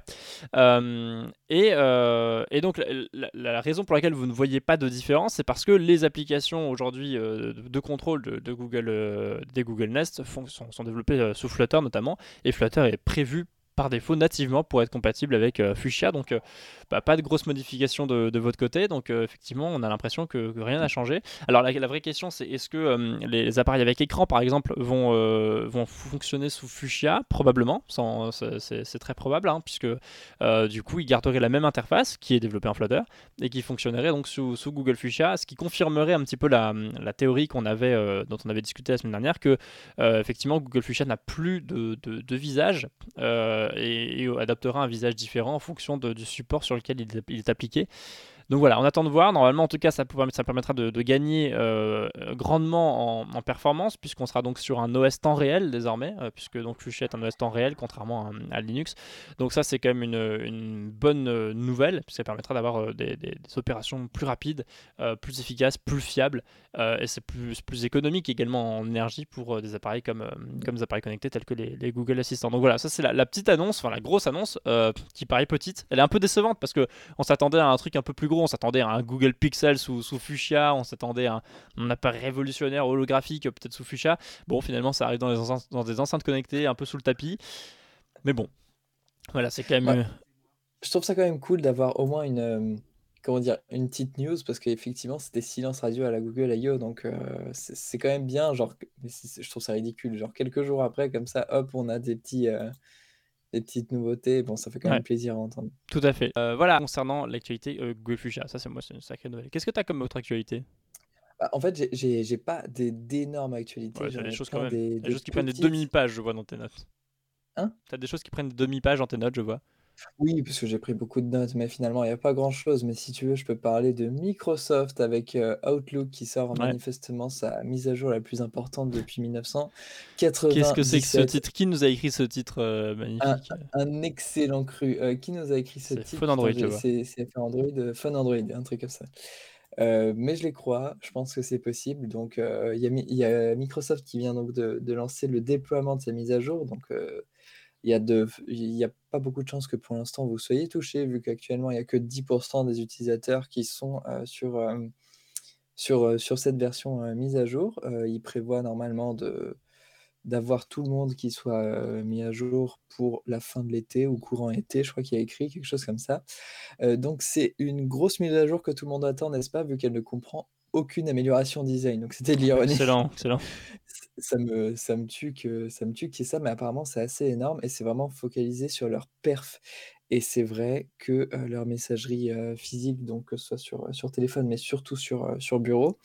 Euh, et, euh, et donc la, la- la raison pour laquelle vous ne voyez pas de différence, c'est parce que les applications aujourd'hui euh, de, de contrôle de, de Google, euh, des Google Nest font- sont, sont développées euh, sous Flutter notamment, et Flutter est prévu par défaut nativement pour être compatible avec euh, Fuchsia. Donc euh, bah, pas de grosses modifications de, de votre côté. Donc euh, effectivement, on a l'impression que, que rien n'a changé. Alors la, la vraie question, c'est est-ce que euh, les, les appareils avec écran, par exemple, vont, euh, vont fonctionner sous Fuchsia? Probablement, sans- c'est c'est- c'est très probable, hein, puisque euh, du coup, ils garderaient la même interface qui est développée en Flutter et qui fonctionnerait donc sous, sous Google Fuchsia, ce qui confirmerait un petit peu la, la théorie qu'on avait, euh, dont on avait discuté la semaine dernière, que euh, effectivement Google Fuchsia n'a plus de, de, de visage euh, et, et adaptera un visage différent en fonction de- du support sur lequel il est, il est appliqué. Donc voilà, on attend de voir. Normalement, en tout cas, ça, pourra- ça permettra de, de gagner euh, grandement en, en performance, puisqu'on sera donc sur un O S temps réel désormais, euh, puisque donc Fuchsia est un O S temps réel, contrairement à, à Linux. Donc ça, c'est quand même une, une bonne euh, nouvelle, puisque ça permettra d'avoir euh, des, des- des opérations plus rapides, euh, plus efficaces, plus fiables, euh, et c'est plus, plus économique également en énergie pour euh, des appareils comme, euh, comme des appareils connectés tels que les, les Google Assistants. Donc voilà, ça c'est la, la petite annonce, enfin la grosse annonce, euh, qui paraît petite. Elle est un peu décevante parce que on s'attendait à un truc un peu plus gros, on s'attendait à un Google Pixel sous, sous Fuchsia, on s'attendait à un, un appareil révolutionnaire holographique peut-être sous Fuchsia. Bon, finalement, ça arrive dans, les enceintes- dans des enceintes connectées, un peu sous le tapis. Mais bon, voilà, c'est quand même... Ouais, euh, je trouve ça quand même cool d'avoir au moins une, euh, comment dire, une petite news parce qu'effectivement c'était silence radio à la Google I O donc euh, c'est c'est quand même bien, genre, que- mais c'est- je trouve ça ridicule, genre quelques jours après comme ça, hop, on a des petits, euh, des petites nouveautés, bon ça fait quand Ouais, même plaisir à entendre. tout à fait. Euh, voilà, concernant l'actualité euh, Google Fuchsia, ça c'est moi, c'est une sacrée nouvelle. Qu'est-ce que tu as comme autre actualité? Bah, en fait j'ai j'ai- j'ai pas des- d'énormes actualités, Ouais, t'as j'en des ai choses quand plein même. des, T'as des des choses qui prennent des petites. demi-pages, je vois dans tes notes. Hein? T'as des choses qui prennent des demi-pages dans tes notes, je vois. Oui, parce que j'ai pris beaucoup de notes, mais finalement, il n'y a pas grand-chose. Mais si tu veux, je peux parler de Microsoft avec euh, Outlook qui sort Ouais. manifestement sa mise à jour la plus importante depuis Qu'est-ce que c'est que ce mille neuf cent quatre-vingt-dix-sept. titre? Qui nous a écrit ce titre euh, Un, magnifique? un excellent cru. Euh, qui nous a écrit ce C'est titre? Fun Putain, Android, je j'ai- vois. c'est c'est fait Android, euh, Fun Android, un truc comme ça. Heu, mais je les crois, je pense que c'est possible. Donc, heu, il y a Mi il y a Microsoft qui vient donc de de lancer le déploiement de ces mises à jour. Donc, heu, il y a de f il y a pas beaucoup de chances que pour l'instant vous soyez touchés, vu qu'actuellement il y a que dix pour cent des utilisateurs qui sont, heu, sur, hem, sur, heu, sur cette version, heu, mise à jour. Heu, ils prévoient normalement de d'avoir tout le monde qui soit, heu, mis à jour pour la fin de l'été ou courant été, je crois qu'il y a écrit quelque chose comme ça. Heu, donc c'est une grosse mise à jour que tout le monde attend, n'est-ce pas? Vu qu'elle ne comprend aucune amélioration design, donc c'était de l'ironie. Excellent, excellent. Ç ça me ça me tue que ça me tue qu'il y ait ça, mais apparemment c'est assez énorme et c'est vraiment focalisé sur leur perf et c'est vrai que, heu, leur messagerie, heu, physique, donc que ce soit sur, heu, sur téléphone, mais surtout sur, heu, sur bureau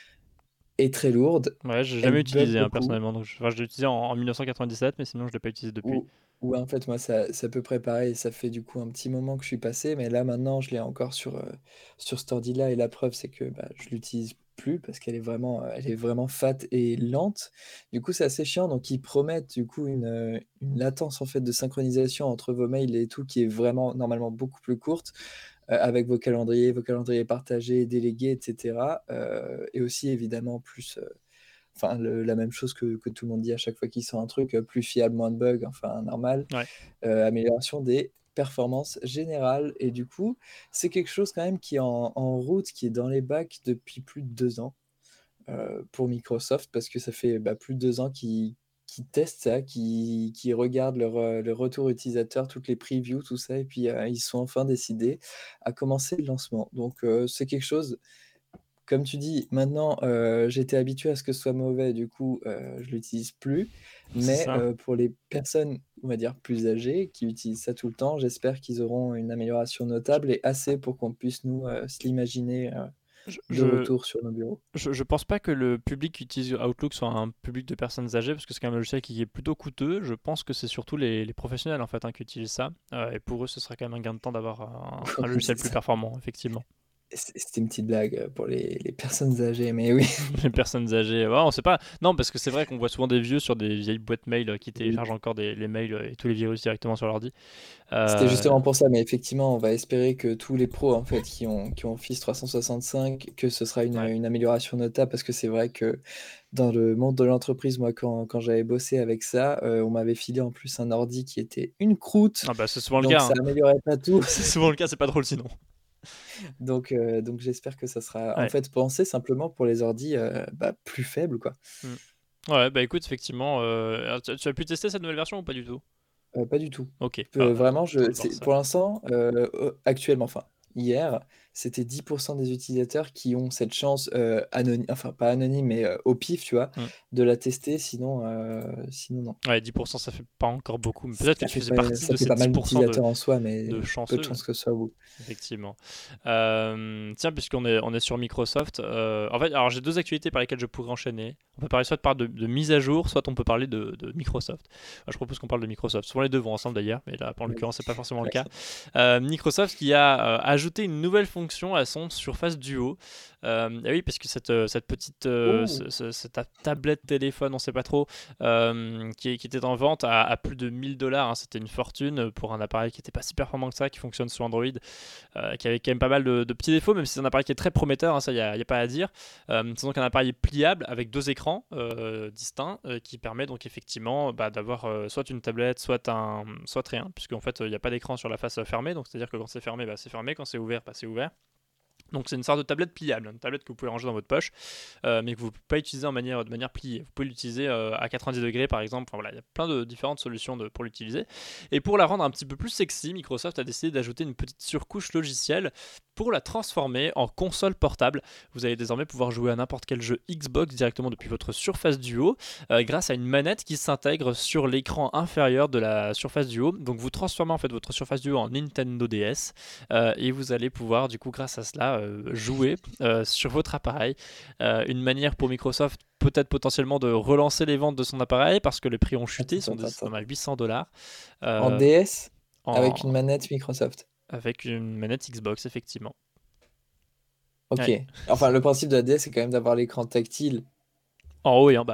est très lourde, Ouais, j'ai elle jamais bug utilisé, hein, beaucoup. personnellement, donc je enfin, je l'ai utilisé en en mille neuf cent quatre-vingt-dix-sept, mais sinon je l'ai pas utilisé depuis. Ou ou en fait, moi, ça c'est à peu près pareil. Ça fait du coup un petit moment que je suis passé, mais là, maintenant, je l'ai encore sur, heu, sur cet ordi-là et la preuve, c'est que, bah, je l'utilise plus parce qu'elle est vraiment, heu, elle est vraiment fat et lente. Du coup, c'est assez chiant, donc ils promettent du coup une, heu, une latence en fait de synchronisation entre vos mails et tout qui est vraiment normalement beaucoup plus courte, heu, avec vos calendriers, vos calendriers partagés, délégués et cetera, heu et aussi évidemment plus, heu enfin le la même chose que que tout le monde dit à chaque fois qu'il sort un truc, heu, plus fiable, moins de bugs, enfin normal, Ouais. heu, amélioration des performances générales et du coup, c'est quelque chose quand même qui est en en route, qui est dans les bacs depuis plus de deux ans, heu, pour Microsoft parce que ça fait, bah, plus de deux ans qu'ils qu'ils testent ça, qu'ils qu'ils regardent leur, heu, leur retour utilisateur, toutes les previews, tout ça et puis, heu, ils se sont enfin décidés à commencer le lancement. Donc, heu, c'est quelque chose comme tu dis, maintenant, heu, j'étais habitué à ce que ce soit mauvais, du coup, heu, je l'utilise plus. C'est Mais, ça. heu, pour les personnes, on va dire plus âgées, qui utilisent ça tout le temps, j'espère qu'ils auront une amélioration Je notable et assez pour qu'on puisse nous, heu, se l'imaginer, heu, je de je retour sur nos bureaux. je je pense pas que le public qui utilise Outlook soit un public de personnes âgées, parce que c'est quand même un logiciel qui est plutôt coûteux. Je pense que c'est surtout les les professionnels, en fait, hein, qui utilisent ça, heu et pour eux, ce serait quand même un gain de temps d'avoir un un Oui, logiciel c'est plus ça. performant, effectivement. C c'était une petite blague, heu, pour les les personnes âgées, mais oui. Les personnes âgées, ouais, on sait pas. Non, parce que c'est vrai qu'on voit souvent des vieux sur des vieilles boîtes mail euh, qui Oui. téléchargent encore des, les mails euh, et tous les virus directement sur l'ordi. C'était Euh, justement pour ça, mais effectivement, on va espérer que tous les pros, en fait, qui ont qui ont Office trois cent soixante-cinq, que ce sera une, ouais. une amélioration notable parce que c'est vrai que dans le monde de l'entreprise, moi, quand quand j'avais bossé avec ça, heu, on m'avait filé en plus un ordi qui était une croûte, Ah bah c'est souvent le donc cas, ça hein. améliorait pas tout. C'est souvent le cas, c'est pas drôle sinon. Donc heu, donc j'espère que ça sera en Ouais. fait pensé simplement pour les ordis, heu, bah, plus faibles, quoi. Mm. Ouais, bah écoute, effectivement, euh, alors, tu, tu as pu tester cette nouvelle version ou pas du tout? Heu, pas du tout. Ok, Heu, ah, vraiment, attends je de voir c'est ça. pour l'instant, heu, heu, actuellement, enfin, hier, c'était dix pour cent des utilisateurs qui ont cette chance, heu, anony enfin, pas anonyme, mais, heu, au pif, tu vois? Mm. De la tester, sinon, heu, sinon non. Ouais, dix pour cent ça fait pas encore beaucoup, mais peut-être que Ça tu fait faisais pas partie ça de fait ces pas mal dix pour cent de, d'utilisateurs en soi, de mais peu de chanceux. chances que ce soit vous. Effectivement. Euh, tiens, puisqu'on est, on est sur Microsoft, euh, en fait, alors j'ai deux actualités par lesquelles je pourrais enchaîner. On peut parler soit de, par de, de mise à jour, soit on peut parler de, de Microsoft. Euh, je propose qu'on parle de Microsoft. Souvent les deux vont ensemble d'ailleurs, mais là, en Vas-y. l'occurrence, c'est pas forcément le cas. Ouais. Euh, Microsoft qui a euh, ajouté une nouvelle fonction à son Surface Duo. Euh, et oui, parce que cette, euh, cette petite euh, Oh! ce- ce- cette tablette téléphone, on sait pas trop, euh, qui, qui était en vente à, à plus de mille dollars. Hein. C'était une fortune pour un appareil qui n'était pas si performant que ça, qui fonctionne sous Android, euh, qui avait quand même pas mal de, de petits défauts, même si c'est un appareil qui est très prometteur, hein, ça, il n'y a, y a pas à dire. Euh, c'est donc un appareil pliable avec deux écrans euh, distincts euh, qui permet donc effectivement bah, d'avoir euh, soit une tablette, soit, un, soit rien, puisqu'en fait, il n'y a pas d'écran sur la face fermée, donc c'est-à-dire que quand c'est fermé, bah, c'est fermé, quand c'est ouvert, bah, c'est ouvert. Donc c'est une sorte de tablette pliable, une tablette que vous pouvez ranger dans votre poche, euh, mais que vous ne pouvez pas utiliser en manière, de manière pliée. Vous pouvez l'utiliser euh, à quatre-vingt-dix degrés par exemple. Enfin, voilà, il y a plein de différentes solutions de, pour l'utiliser. Et pour la rendre un petit peu plus sexy, Microsoft a décidé d'ajouter une petite surcouche logicielle pour la transformer en console portable. Vous allez désormais pouvoir jouer à n'importe quel jeu Xbox directement depuis votre Surface Duo euh, grâce à une manette qui s'intègre sur l'écran inférieur de la Surface Duo. Donc vous transformez en fait votre Surface Duo en Nintendo D S euh, et vous allez pouvoir du coup grâce à cela euh, jouer euh, sur votre appareil. Euh, une manière pour Microsoft peut-être potentiellement de relancer les ventes de son appareil parce que les prix ont chuté, ils Attends, sont attends, descendus attends. à huit cents dollars En euh, D S? en, Avec une manette Microsoft? avec une manette Xbox effectivement. OK. Ouais. Enfin, le principe de la D S, c'est quand même d'avoir l'écran tactile En haut et en bas.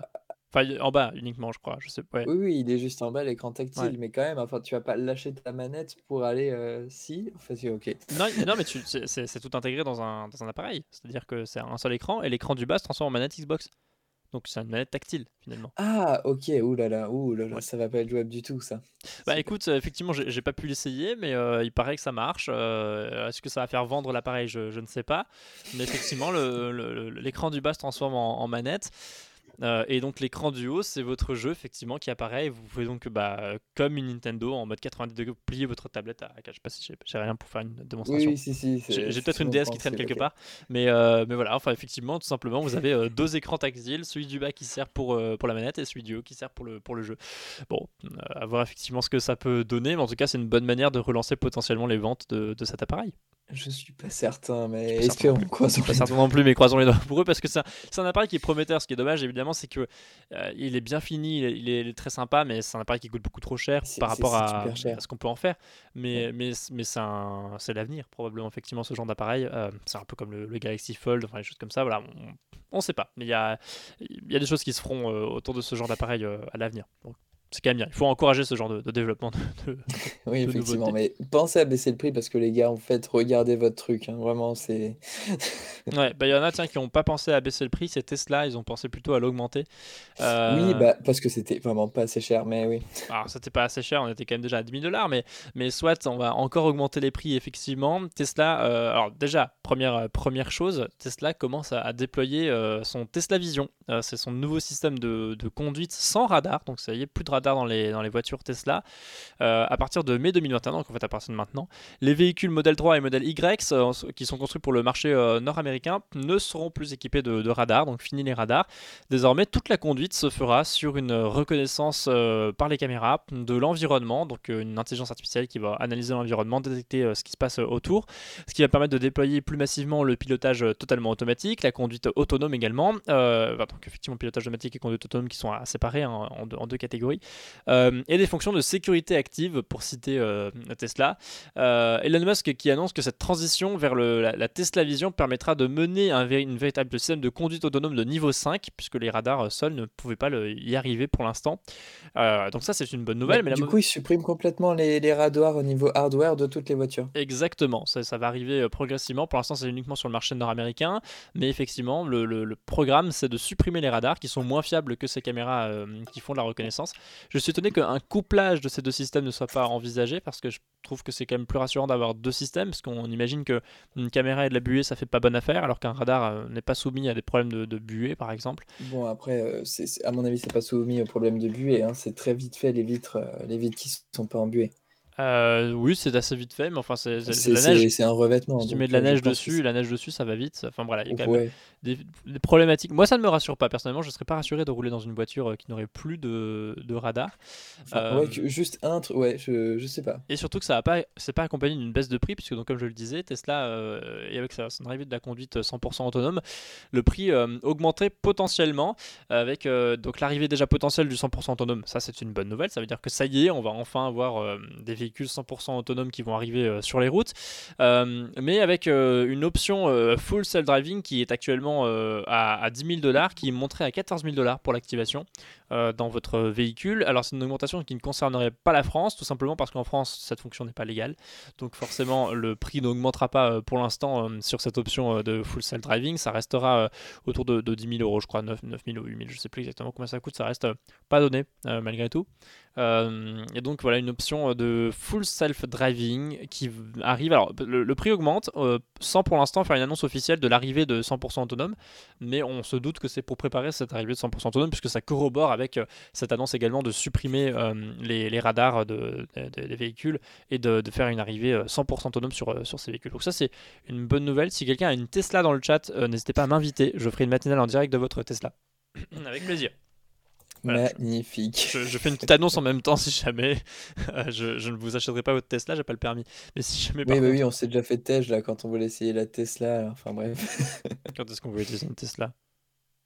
Enfin, il- en bas uniquement, je crois. Je sais, ouais. Oui, oui, il est juste en bas, l'écran Ouais. tactile, mais quand même, enfin, tu vas pas lâcher ta manette pour aller, heu si? Enfin, si, OK. Non, mais non, mais tu, c'est c'est- c'est tout intégré dans un, dans un appareil. C'est-à-dire que c'est un seul écran et l'écran du bas se transforme en manette Xbox. Donc c'est une manette tactile finalement. Ah! OK, ouh là là, ouh là là, Ouais. ça va pas être jouable du tout ça. Bah Super. écoute, euh, effectivement, j'ai j'ai pas pu l'essayer, mais euh, il paraît que ça marche. Euh, est-ce que ça va faire vendre l'appareil? je, je ne sais pas. Mais effectivement, le- le- le- l'écran du bas se transforme en, en manette. Euh, et donc l'écran du haut, c'est votre jeu effectivement qui apparaît. Et vous pouvez donc, bah, euh, comme une Nintendo, en mode quatre-vingt-dix degrés, plier votre tablette à. Je sais pas si j'ai j'ai rien pour faire une Oui, démonstration. oui, si, si, J'ai c'est j'ai c'est peut-être une tout D S qui traîne compréhensible, quelque OK. part, mais, euh, mais voilà, enfin effectivement, tout simplement, vous avez euh, deux écrans tactiles, celui du bas qui sert pour, euh, pour la manette et celui du haut qui sert pour le, pour le jeu. Bon, euh, à voir effectivement ce que ça peut donner, mais en tout cas, c'est une bonne manière de relancer potentiellement les ventes de, de cet appareil. Je suis pas certain, Je suis mais pas est-ce certain non qu'on plus. Je suis croisons pas les certain doigts? non plus, mais croisons les doigts pour eux parce que c'est un, c'est un appareil qui est prometteur. Ce qui est dommage, évidemment, c'est que euh, il est bien fini, il est, il est- il est très sympa, mais c'est un appareil qui coûte beaucoup trop cher C'est par c'est rapport c'est à, super cher. à ce qu'on peut en faire. Ouais. Mais, mais, mais c'est, un- c'est l'avenir, probablement, effectivement, ce genre d'appareil. Euh, c'est un peu comme le, le Galaxy Fold, enfin, les choses comme ça. Voilà, on ne sait pas. Mais il y a, il y a des choses qui se feront euh, autour de ce genre d'appareil euh, à l'avenir. Donc, c'est quand même bien. Il faut encourager ce genre de, de développement de, de, Oui, de effectivement, nouveautés. mais pensez à baisser le prix parce que les gars, en fait, regardez votre truc, hein, vraiment, c'est Ouais, bah il y en a tiens qui n'ont pas pensé à baisser le prix, c'est Tesla, ils ont pensé plutôt à l'augmenter. oui, Euh, bah, parce que c'était vraiment pas assez cher, mais oui. alors c'était pas assez cher, on était quand même déjà à dix mille dollars, mais, mais soit on va encore augmenter les prix effectivement. Tesla, euh, alors déjà, première, euh, première chose, Tesla commence à, à déployer euh, son Tesla Vision. Euh, c'est son nouveau système de, de conduite sans radar, donc ça y est, plus de radar dans les, dans les voitures Tesla. Euh, à partir de mai deux mille vingt et un, donc en fait à partir de maintenant, les véhicules Model trois et Model Y, euh, qui sont construits pour le marché euh, nord-américain, ne seront plus équipés de, de radars, donc fini les radars. Désormais, toute la conduite se fera sur une reconnaissance euh, par les caméras de l'environnement, donc euh, une intelligence artificielle qui va analyser l'environnement, détecter euh, ce qui se passe euh, autour, ce qui va permettre de déployer plus massivement le pilotage euh, totalement automatique, la conduite autonome également. Euh, bah, donc effectivement, pilotage automatique et conduite autonome qui sont à séparer hein, en, deux, en, deux, catégories, euh, et des fonctions de sécurité active pour citer euh, Tesla. Euh, Elon Musk qui annonce que cette transition vers le, la, la Tesla Vision permettra de mener un, une véritable système de conduite autonome de niveau cinq, puisque les radars seuls ne pouvaient pas le, y arriver pour l'instant. Euh, donc ça c'est une bonne nouvelle, Mais mais la du mauvaise... coup, ils suppriment complètement les les radars au niveau hardware de toutes les voitures? Exactement, ça, ça va arriver euh, progressivement. Pour l'instant, c'est uniquement sur le marché nord-américain, mais effectivement, le, le- le programme, c'est de supprimer les radars qui sont moins fiables que ces caméras euh, qui font de la reconnaissance. Je suis étonné qu'un couplage de ces deux systèmes ne soit pas envisagé parce que je trouve que c'est quand même plus rassurant d'avoir deux systèmes parce qu'on imagine que une caméra et de la buée, ça fait pas bonne affaire, alors qu'un radar euh, n'est pas soumis à des problèmes de, de buée, par exemple. Bon après, heu, c'est c'est à mon avis, c'est pas soumis au problème de buée, hein, c'est très vite fait les vitres, heu, les vitres qui sont pas en buée. Euh, oui, c'est assez vite fait, mais enfin, c'est c'est- c'est de C'est la neige. c'est c'est un revêtement Si tu mets de donc la heu, je neige pense que dessus, c'est la neige dessus, ça va vite. Enfin voilà, il y a quand même ouais. des, des problématiques. Moi, ça ne me rassure pas personnellement. Je ne serais pas rassuré de rouler dans une voiture euh, qui n'aurait plus de, de radar. Enfin, ouais, Euh, que juste un truc, ouais, je je sais pas. et surtout que ça va pas, c'est pas accompagné d'une baisse de prix, puisque donc comme je le disais, Tesla euh, et avec sa, son arrivée de la conduite cent pour cent autonome, le prix euh, augmentait potentiellement avec euh, donc l'arrivée déjà potentielle du cent pour cent autonome. Ça, c'est une bonne nouvelle. Ça veut dire que ça y est, on va enfin avoir euh, des véhicules cent pour cent autonomes qui vont arriver euh, sur les routes, euh, mais avec euh, une option euh, full self-driving qui est actuellement euh, à, à dix mille dollars, qui est montrée à quatorze mille dollars pour l'activation euh, dans votre véhicule. Alors c'est une augmentation qui ne concernerait pas la France, tout simplement parce qu'en France cette fonction n'est pas légale, donc forcément le prix n'augmentera pas euh, pour l'instant euh, sur cette option euh, de full self driving. Ça restera euh, autour de, de dix mille euros, je crois, neuf mille ou huit mille, je sais plus exactement combien ça coûte, ça reste euh, pas donné euh, malgré tout. Euh, et donc voilà une option de full self-driving qui arrive. Alors le, le prix augmente euh, sans pour l'instant faire une annonce officielle de l'arrivée de cent pour cent autonome, mais on se doute que c'est pour préparer cette arrivée de cent pour cent autonome puisque ça corrobore avec euh, cette annonce également de supprimer euh, les, les radars de, de- de- des véhicules et de, de faire une arrivée euh, cent pour cent autonome sur, euh, sur ces véhicules. Donc ça c'est une bonne nouvelle. Si quelqu'un a une Tesla dans le chat, euh, n'hésitez pas à m'inviter. Je ferai une matinale en direct de votre Tesla. Avec plaisir. Voilà, je, Magnifique. je- je fais une petite annonce en même temps si jamais euh, je, je ne vous achèterai pas votre Tesla, j'ai pas le permis. Mais si jamais Oui, par bah, oui, contre, on s'est déjà fait têche là quand on voulait essayer la Tesla, enfin bref. quand est-ce qu'on veut utiliser une Tesla?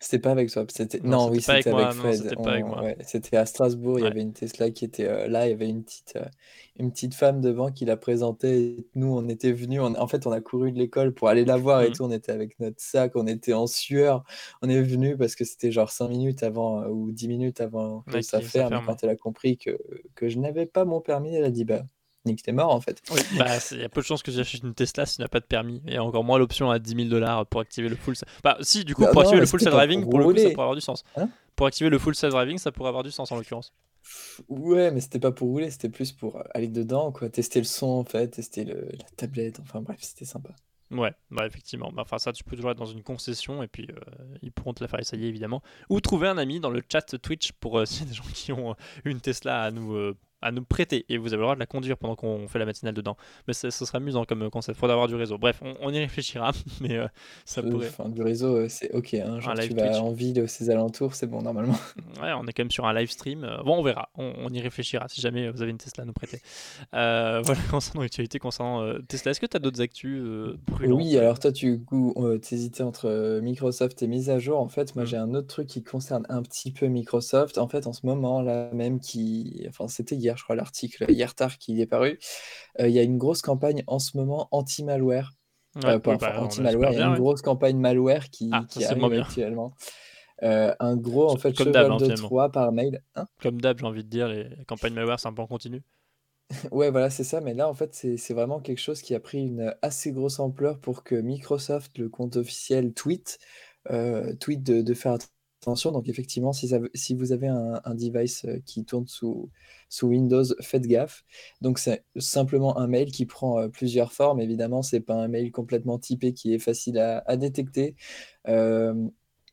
C'était pas avec toi, c'était Non, non, c'était oui, pas avec c'était moi. avec Non, Fred. c'était pas avec On moi. ouais, c'était à Strasbourg, il y Ouais. avait une Tesla qui était, heu, là, il y avait une petite, heu, une petite femme devant qui la présentait et nous, on était venus, on en fait, on a couru de l'école pour aller la voir et Mmh. tout. On était avec notre sac, on était en sueur. On est venus parce que c'était genre cinq minutes avant, heu, ou dix minutes avant que Ouais, ça qui ça ferme et ferme, ouais. quand elle a compris que que je n'avais pas mon permis, elle a dit: «Bah, nique tes morts, en fait». Oui, bah, il y a peu de chances que j'achète une Tesla s'il n'y a pas de permis. Et encore moins l'option à dix mille dollars pour activer le full. Bah, si, du coup, Non, pour non, activer mais le full c'était pas self-driving, pour pour le coup, ça pourrait rouler, avoir du sens. hein? Pour activer le full self-driving, ça pourrait avoir du sens en l'occurrence. Ouais, mais c'était pas pour rouler, c'était plus pour, heu, aller dedans quoi, tester le son en fait, tester le la tablette, enfin bref, c'était sympa. Ouais, bah effectivement. Bah, enfin, ça, tu peux toujours être dans une concession et puis euh, ils pourront te la faire essayer évidemment. Ou trouver un ami dans le chat Twitch pour euh, s'il y a des gens qui ont euh, une Tesla à nous, euh, à nous prêter et vous avez le droit de la conduire pendant qu'on fait la matinale dedans. Mais ça- ce serait amusant comme euh, concept. Faudra avoir du réseau. Bref, on, on y réfléchira, mais euh, ça Heu, pourrait. enfin du réseau, heu, c'est OK, hein, Un genre tu live vas Twitch. en ville, aux ses alentours, c'est bon normalement. Ouais, on est quand même sur un live stream. Euh, Bon, on verra. On, on y réfléchira si jamais vous avez une Tesla à nous prêter. Euh, voilà, concernant l'actualité, concernant euh, Tesla. Est-ce que tu as d'autres actus euh, Oui, brûlantes euh alors toi tu coup, heu, tu hésitais entre, heu, Microsoft et mise à jour. En fait, moi Hmm. j'ai un autre truc qui concerne un petit peu Microsoft. En fait, en ce moment là même qui enfin c'était hier je crois l'article, hier tard qu'il est paru. Heu, il y a une grosse campagne en ce moment anti-malware. Ouais, Heu, pas oui, enfin bah, on anti-malware, espère il y a bien, une ouais. grosse campagne malware Ah, qui ça qui c'est moins arrive bien. actuellement. Heu, un gros en fait Comme d'hab, cheval hein, de finalement. Troie par mail. Hein? Comme d'hab, j'ai envie de dire, les campagnes malware, c'est un peu en continu. Ouais, voilà, c'est ça, mais là, en fait, c'est c'est vraiment quelque chose qui a pris une assez grosse ampleur pour que Microsoft, le compte officiel, tweet, heu, tweet de de faire attention. Donc effectivement, si ça veut si vous avez un un device, heu, qui tourne sous sous Windows, faites gaffe. Donc c'est simplement un mail qui prend, heu, plusieurs formes. Évidemment, c'est pas un mail complètement typé qui est facile à à détecter. Hem,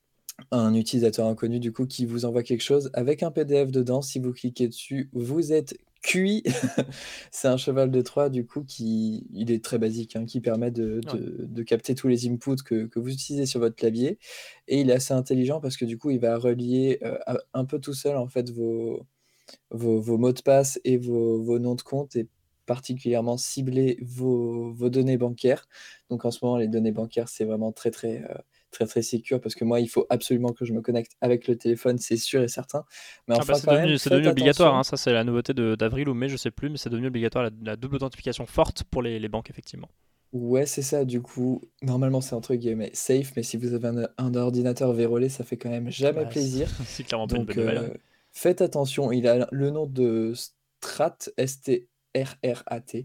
un utilisateur inconnu, du coup, qui vous envoie quelque chose avec un P D F dedans. Si vous cliquez dessus, vous êtes cuit. C'est un cheval de Troie, du coup, qui il est très basique, hein, qui permet de Ouais. de de capter tous les inputs que que vous utilisez sur votre clavier et il est assez intelligent parce que, du coup, il va relier, heu, un un peu tout seul, en fait, vos vos vos mots de passe et vos vos noms de compte et particulièrement cibler vos vos données bancaires. Donc en ce moment, les données bancaires, c'est vraiment très, très, heu, très, très sécure parce que moi, il faut absolument que je me connecte avec le téléphone, c'est sûr et certain. Mais Ah bah enfin, c'est quand même, devenu, c'est faites devenu obligatoire, hein. attention. Ça c'est la nouveauté de- d'avril ou mai, je sais plus, mais c'est devenu obligatoire la, la double authentification forte pour les, les banques, effectivement. Ouais, c'est ça, du coup, normalement, c'est entre guillemets «safe», mais si vous avez un un ordinateur vérolé, ça fait quand même jamais Bah, c'est plaisir. c'est clairement pas une bonne Donc nouvelle, ouais. heu, faites attention, il a le nom de Strat, S T R R A T.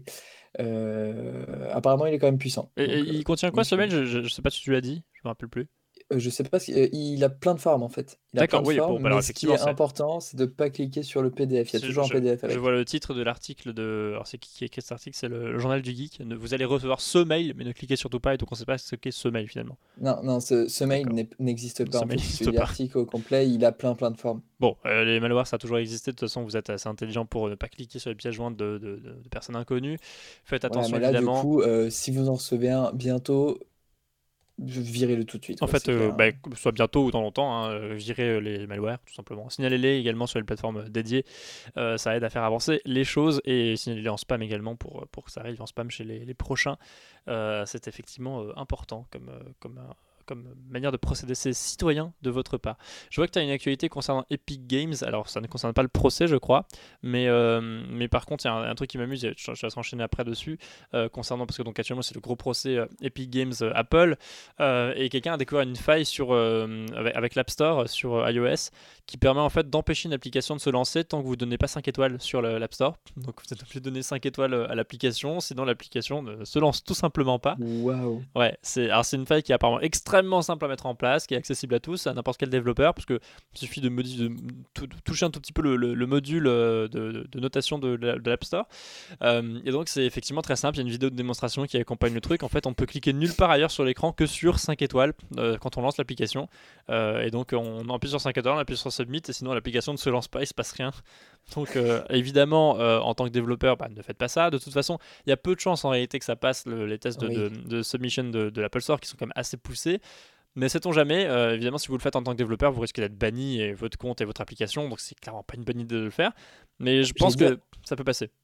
Heu, apparemment, il est quand même puissant, Et, et donc heu, il contient quoi ce mail? méfiez-vous. je, je, je sais pas si tu l'as dit, je me rappelle plus. Heu, je sais pas si heu, il a plein de formes, en fait. Il a plein D'accord, de oui, bon, formes, bah alors mais ce qui effectivement, est c'est. important, c'est de pas cliquer sur le P D F. Il y a Je, toujours un je- P D F je vois avec. le titre de l'article de. Alors, c'est qui qui a écrit cet article? C'est le, le journal du geek. Ne- Vous allez recevoir ce mail, mais ne cliquez surtout pas, et donc on sait pas ce qu'est ce mail finalement. Non, non, ce ce mail D'accord. n'est n'existe pas, Ce en mail fait. Si tu n'existe lis pas. l'article au complet, il a plein, plein de formes. Bon, euh, les malwares, ça a toujours existé. De toute façon, vous êtes assez intelligent pour ne pas cliquer sur les pièces jointes de, de- de- de personnes inconnues. Faites Voilà, attention, mais là, du évidemment. coup, heu, si vous en recevez un bientôt, virez-le tout de suite, En quoi, fait, c'est euh, clair, bah, hein. que ce soit bientôt ou dans longtemps, hein, euh, virez euh, les malwares, tout simplement. Signalez-les également sur les plateformes dédiées. Euh, ça aide à faire avancer les choses. Et signalez-les en spam également pour, pour que ça arrive en spam chez les, les prochains. Euh, c'est effectivement euh, important comme, euh, comme, un- comme manière de procéder. C'est citoyen de votre part. Je vois que tu as une actualité concernant Epic Games. Alors, ça ne concerne pas le procès, je crois. Mais, euh, mais par contre, il y a un, un truc qui m'amuse. Je, je vais s'enchaîner après dessus. Euh, concernant, parce que donc actuellement, c'est le gros procès euh, Epic Games euh, Apple. Euh, et quelqu'un a découvert une faille sur, euh, avec, avec l'App Store euh, sur euh, iOS qui permet en fait d'empêcher une application de se lancer tant que vous ne donnez pas cinq étoiles sur le- l'App Store. Donc vous êtes obligé de donner cinq étoiles euh, à l'application, sinon l'application ne se lance tout simplement pas. Waouh! Ouais, c'est alors c'est une faille qui est apparemment extrêmement simple à mettre en place, qui est accessible à tous, à n'importe quel développeur, parce que il suffit de, modi- de tou- toucher un tout petit peu le, le- le module euh, de, de notation de, la- de l'App Store. Euh, et donc c'est effectivement très simple, il y a une vidéo de démonstration qui accompagne le truc. En fait, on peut cliquer nulle part ailleurs sur l'écran que sur cinq étoiles euh, quand on lance l'application. Euh, et donc on appuie sur cinq étoiles, on appuie sur Submit, et sinon l'application ne se lance pas, il se passe rien. Donc euh, évidemment, euh, en tant que développeur, bah, ne faites pas ça. De toute façon, il y a peu de chances en réalité que ça passe le- les tests de, de, Oui. de submission de, de l'Apple Store qui sont quand même assez poussés. Mais sait-on jamais, euh, évidemment, si vous le faites en tant que développeur, vous risquez d'être banni et votre compte et votre application, donc c'est clairement pas une bonne idée de le faire. Mais je J'allais pense dire que ça peut passer.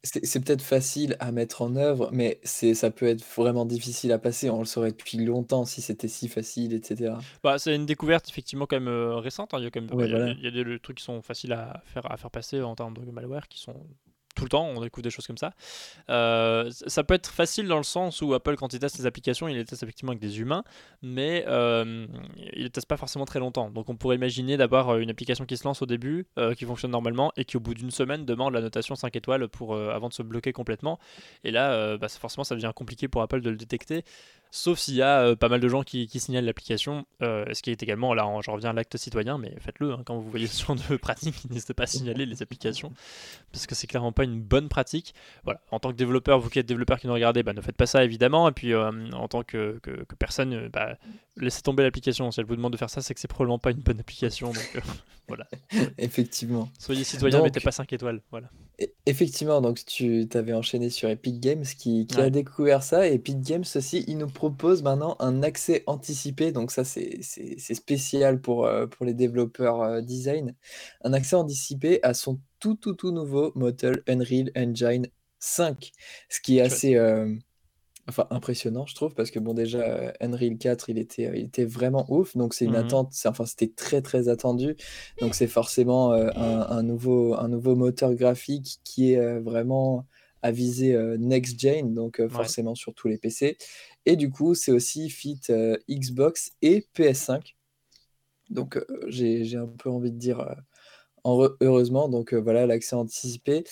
c'est c'est peut-être facile à mettre en œuvre, mais c'est ça peut être vraiment difficile à passer. On le saurait depuis longtemps si c'était si facile et cetera. Bah, c'est une découverte effectivement quand même, heu, récente, hein. Il y a quand même Ouais, il y a des voilà. il y a des trucs qui sont faciles à faire à faire passer en termes de malware qui sont tout le temps, on découvre des choses comme ça. Euh, ça peut être facile dans le sens où Apple, quand il teste les applications, il les teste effectivement avec des humains, mais euh, il les teste pas forcément très longtemps. Donc on pourrait imaginer d'avoir une application qui se lance au début, euh, qui fonctionne normalement, et qui au bout d'une semaine demande la notation cinq étoiles pour, euh, avant de se bloquer complètement. Et là, euh, bah, forcément, ça devient compliqué pour Apple de le détecter. Sauf s'il y a euh, pas mal de gens qui, qui signalent l'application, euh, ce qui est également, là j'en reviens à l'acte citoyen, mais faites-le, hein, quand vous voyez ce genre de pratique, n'hésitez pas à signaler les applications, parce que c'est clairement pas une bonne pratique. Voilà, en tant que développeur, vous qui êtes développeur qui nous regardez, bah, ne faites pas ça évidemment. Et puis euh, en tant que, que, que personne, euh, bah, laissez tomber l'application. Si elle vous demande de faire ça, c'est que c'est probablement pas une bonne application. Donc euh, voilà, soyez, Effectivement. soyez citoyen, mettez Donc pas cinq étoiles. Voilà. E effectivement, donc tu t'avais enchaîné sur Epic Games qui qui a Ouais, découvert ça et Epic Games aussi, il nous propose maintenant un accès anticipé, donc ça c'est c'est c'est spécial pour, heu, pour les développeurs, heu, design. Un accès anticipé à son tout, tout, tout nouveau moteur Unreal Engine cinq. Ce qui est chouette. assez, hem enfin, impressionnant, je trouve, parce que bon, déjà, heu, Unreal quatre, il était, heu, il était vraiment ouf, donc c'est une Mhm. attente, c'est enfin, c'était très, très attendu, donc c'est forcément, heu, un un nouveau un nouveau moteur graphique qui est, heu, vraiment à viser, heu, next gen, donc heu, Ouais. forcément sur tous les P C et du coup, c'est aussi fit, heu, Xbox et P S cinq, donc heu, j'ai j'ai un peu envie de dire, heu Heureux heureusement, donc heu, voilà l'accès anticipé.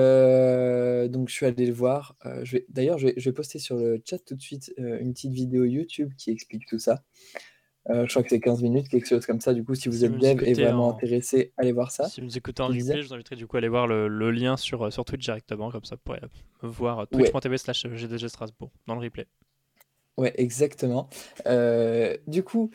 Heu, donc je suis allé le voir, heu, je vais d'ailleurs je vais je vais poster sur le chat tout de suite, heu, une petite vidéo YouTube qui explique tout ça. Heu, je crois que c'est quinze minutes, quelque chose comme ça. Du coup, si vous Si vous êtes nous dev et écoutez vraiment en, intéressé, allez voir ça. si vous nous écoutez en Tu disais? replay, je vous inviterai du coup à aller voir le, le lien sur, euh, sur Twitch directement, comme ça vous pourrez euh, voir Ouais, twitch.tv slash gdg Strasbourg dans le replay. ouais, exactement. Heu, du coup,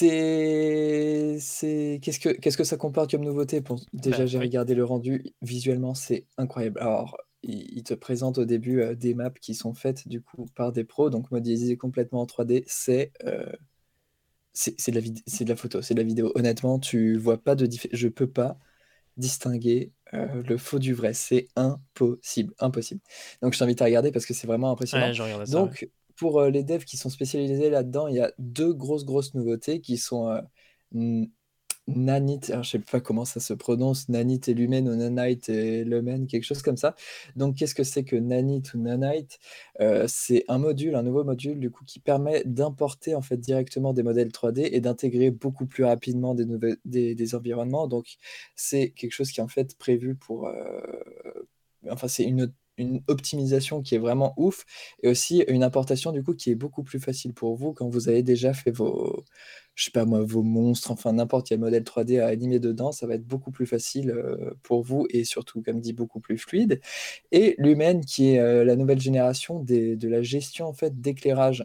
c'est c'est qu'est-ce que qu'est-ce que ça comporte comme nouveauté? Bon, déjà, Bah j'ai oui, regardé le rendu, visuellement, c'est incroyable. Alors, il il te présente au début, heu, des maps qui sont faites, du coup, par des pros, donc modélisées complètement en trois D. C'est, heu, c'est c'est de la vid c'est de la photo, c'est de la vidéo. Honnêtement, tu vois pas de diffé je peux pas distinguer, heu, le faux du vrai. C'est impossible, impossible. Donc je t'invite à regarder parce que c'est vraiment impressionnant. ouais, je regardais ça, ouais. Donc pour, heu, les devs qui sont spécialisés là-dedans, il y a deux grosses, grosses nouveautés qui sont, heu, mmh Nanite, alors je sais pas comment ça se prononce, Nanite et Lumen ou Nanite et Lumen, quelque chose comme ça. Donc qu'est-ce que c'est que Nanite ou Nanite? Heu, c'est un module, un nouveau module du coup qui permet d'importer en fait directement des modèles trois D et d'intégrer beaucoup plus rapidement des nouvelles des des environnements. Donc c'est quelque chose qui est en fait prévu pour, heu, enfin c'est une une optimisation qui est vraiment ouf et aussi une importation du coup qui est beaucoup plus facile pour vous quand vous avez déjà fait vos je sais pas moi, vos monstres, enfin n'importe quel modèle trois D à animer dedans, ça va être beaucoup plus facile, heu, pour vous et surtout, comme dit, beaucoup plus fluide et Lumen qui est, heu, la nouvelle génération des de la gestion en fait d'éclairage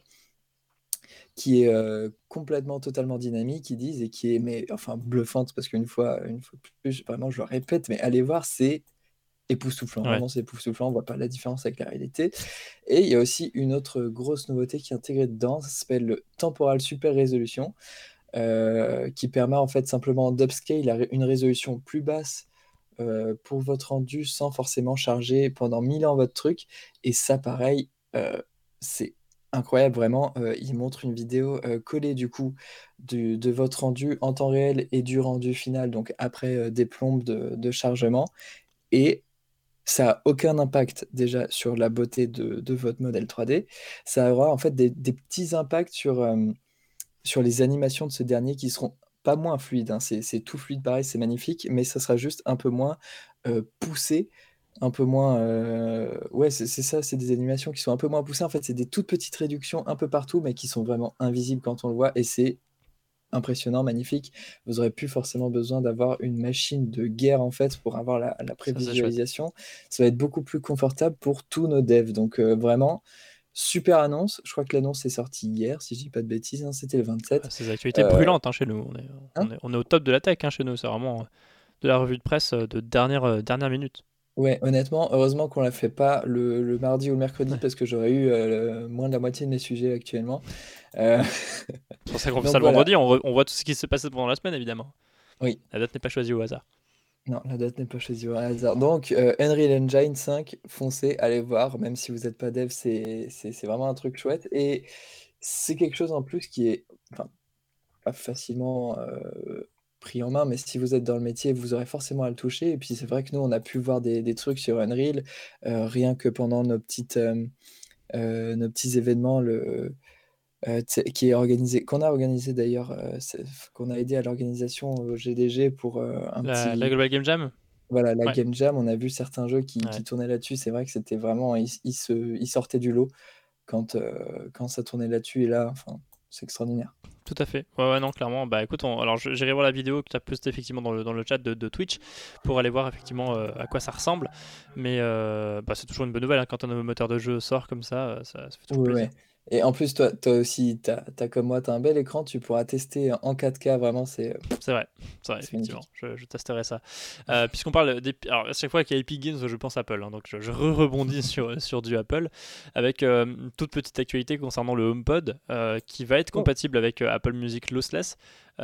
qui est, heu, complètement, totalement dynamique, ils disent et qui est mais enfin bluffante parce qu'une fois une fois de plus, vraiment je le répète, mais allez voir, c'est époustouflant, Ouais. vraiment c'est époustouflant, on voit pas la différence avec la réalité et il y a aussi une autre grosse nouveauté qui est intégrée dedans, ça s'appelle le Temporal Super Resolution. Heu, qui permet en fait simplement d'upscale à une résolution plus basse, heu, pour votre rendu sans forcément charger pendant mille ans votre truc et ça pareil, heu, c'est incroyable vraiment, heu, il montre une vidéo, heu, collée du coup du de votre rendu en temps réel et du rendu final donc après, heu, des plombes de de chargement et ça a aucun impact déjà sur la beauté de de votre modèle trois D. Ça aura en fait des des petits impacts sur, hem sur les animations de ce dernier qui seront pas moins fluides, hein, c'est c'est tout fluide pareil, c'est magnifique, mais ça sera juste un peu moins, heu, poussé, un peu moins, heu, ouais, c'est c'est ça, c'est des animations qui sont un peu moins poussées. En fait, c'est des toutes petites réductions un peu partout, mais qui sont vraiment invisibles quand on le voit et c'est impressionnant, magnifique. Vous aurez plus forcément besoin d'avoir une machine de guerre, en fait, pour avoir la la Ça, c'est chouette. prévisualisation. Ça va être beaucoup plus confortable pour tous nos devs, donc heu, vraiment super annonce. Je crois que l'annonce est sortie hier, si je dis pas de bêtises, hein, c'était le Ah, vingt-sept. c'est des actualités Heu, brûlantes, hein, chez nous. On est, on hein? est, on est au top de la tech, hein, chez nous. C'est vraiment euh, de la revue de presse euh, de dernière, euh, dernière minute. Ouais, honnêtement, heureusement qu'on la fait pas le le mardi ou le mercredi Ouais. parce que j'aurais eu, heu, moins de la moitié de mes sujets actuellement. Heu, C'est pour ça qu'on fait ça donc le voilà, vendredi. On, re- on voit tout ce qui s'est passé pendant la semaine, évidemment. oui. La date n'est pas choisie au hasard. Non, la date n'est pas choisie au hasard. Donc, heu, Unreal Engine cinq, foncez, allez voir, même si vous êtes pas dev, c'est c'est c'est vraiment un truc chouette et c'est quelque chose en plus qui est enfin, pas facilement, heu, pris en main, mais si vous êtes dans le métier, vous aurez forcément à le toucher et puis c'est vrai que nous, on a pu voir des des trucs sur Unreal, heu, rien que pendant nos petites, hem, heu, nos petits événements, le heu, tu sais qui est organisé qu'on a organisé d'ailleurs, heu, c'est qu'on a aidé à l'organisation au G D G pour, heu, un La, la petit Global Game Jam? voilà, la Ouais. game jam, on a vu certains jeux qui Ouais. qui tournaient là-dessus. C'est vrai que c'était vraiment ils s ils se ils sortaient du lot quand, heu, quand ça tournait là-dessus et là, enfin, c'est extraordinaire. Tout à fait. Ouais, ouais, non, clairement. Bah écoute, on- alors je- j'irai voir la vidéo que tu as postée effectivement dans le, dans le chat de, de Twitch pour aller voir effectivement euh, à quoi ça ressemble. Mais euh, bah, c'est toujours une bonne nouvelle hein, quand un nouveau moteur de jeu sort comme ça, euh, ça, ça fait toujours Ouais, plaisir. ouais et en plus, toi toi aussi, tu as comme moi, tu as un bel écran, tu pourras tester en quatre K, vraiment, c'est, C'est vrai, c'est vrai, c'est effectivement. magnifique. Je, je testerai ça. Euh, puisqu'on parle d'Epic, alors à chaque fois qu'il y a Epic Games, je pense Apple. Hein, donc je, je re-rebondis sur, sur du Apple avec euh, une toute petite actualité concernant le HomePod euh, qui va être Oh! compatible avec euh, Apple Music Lossless.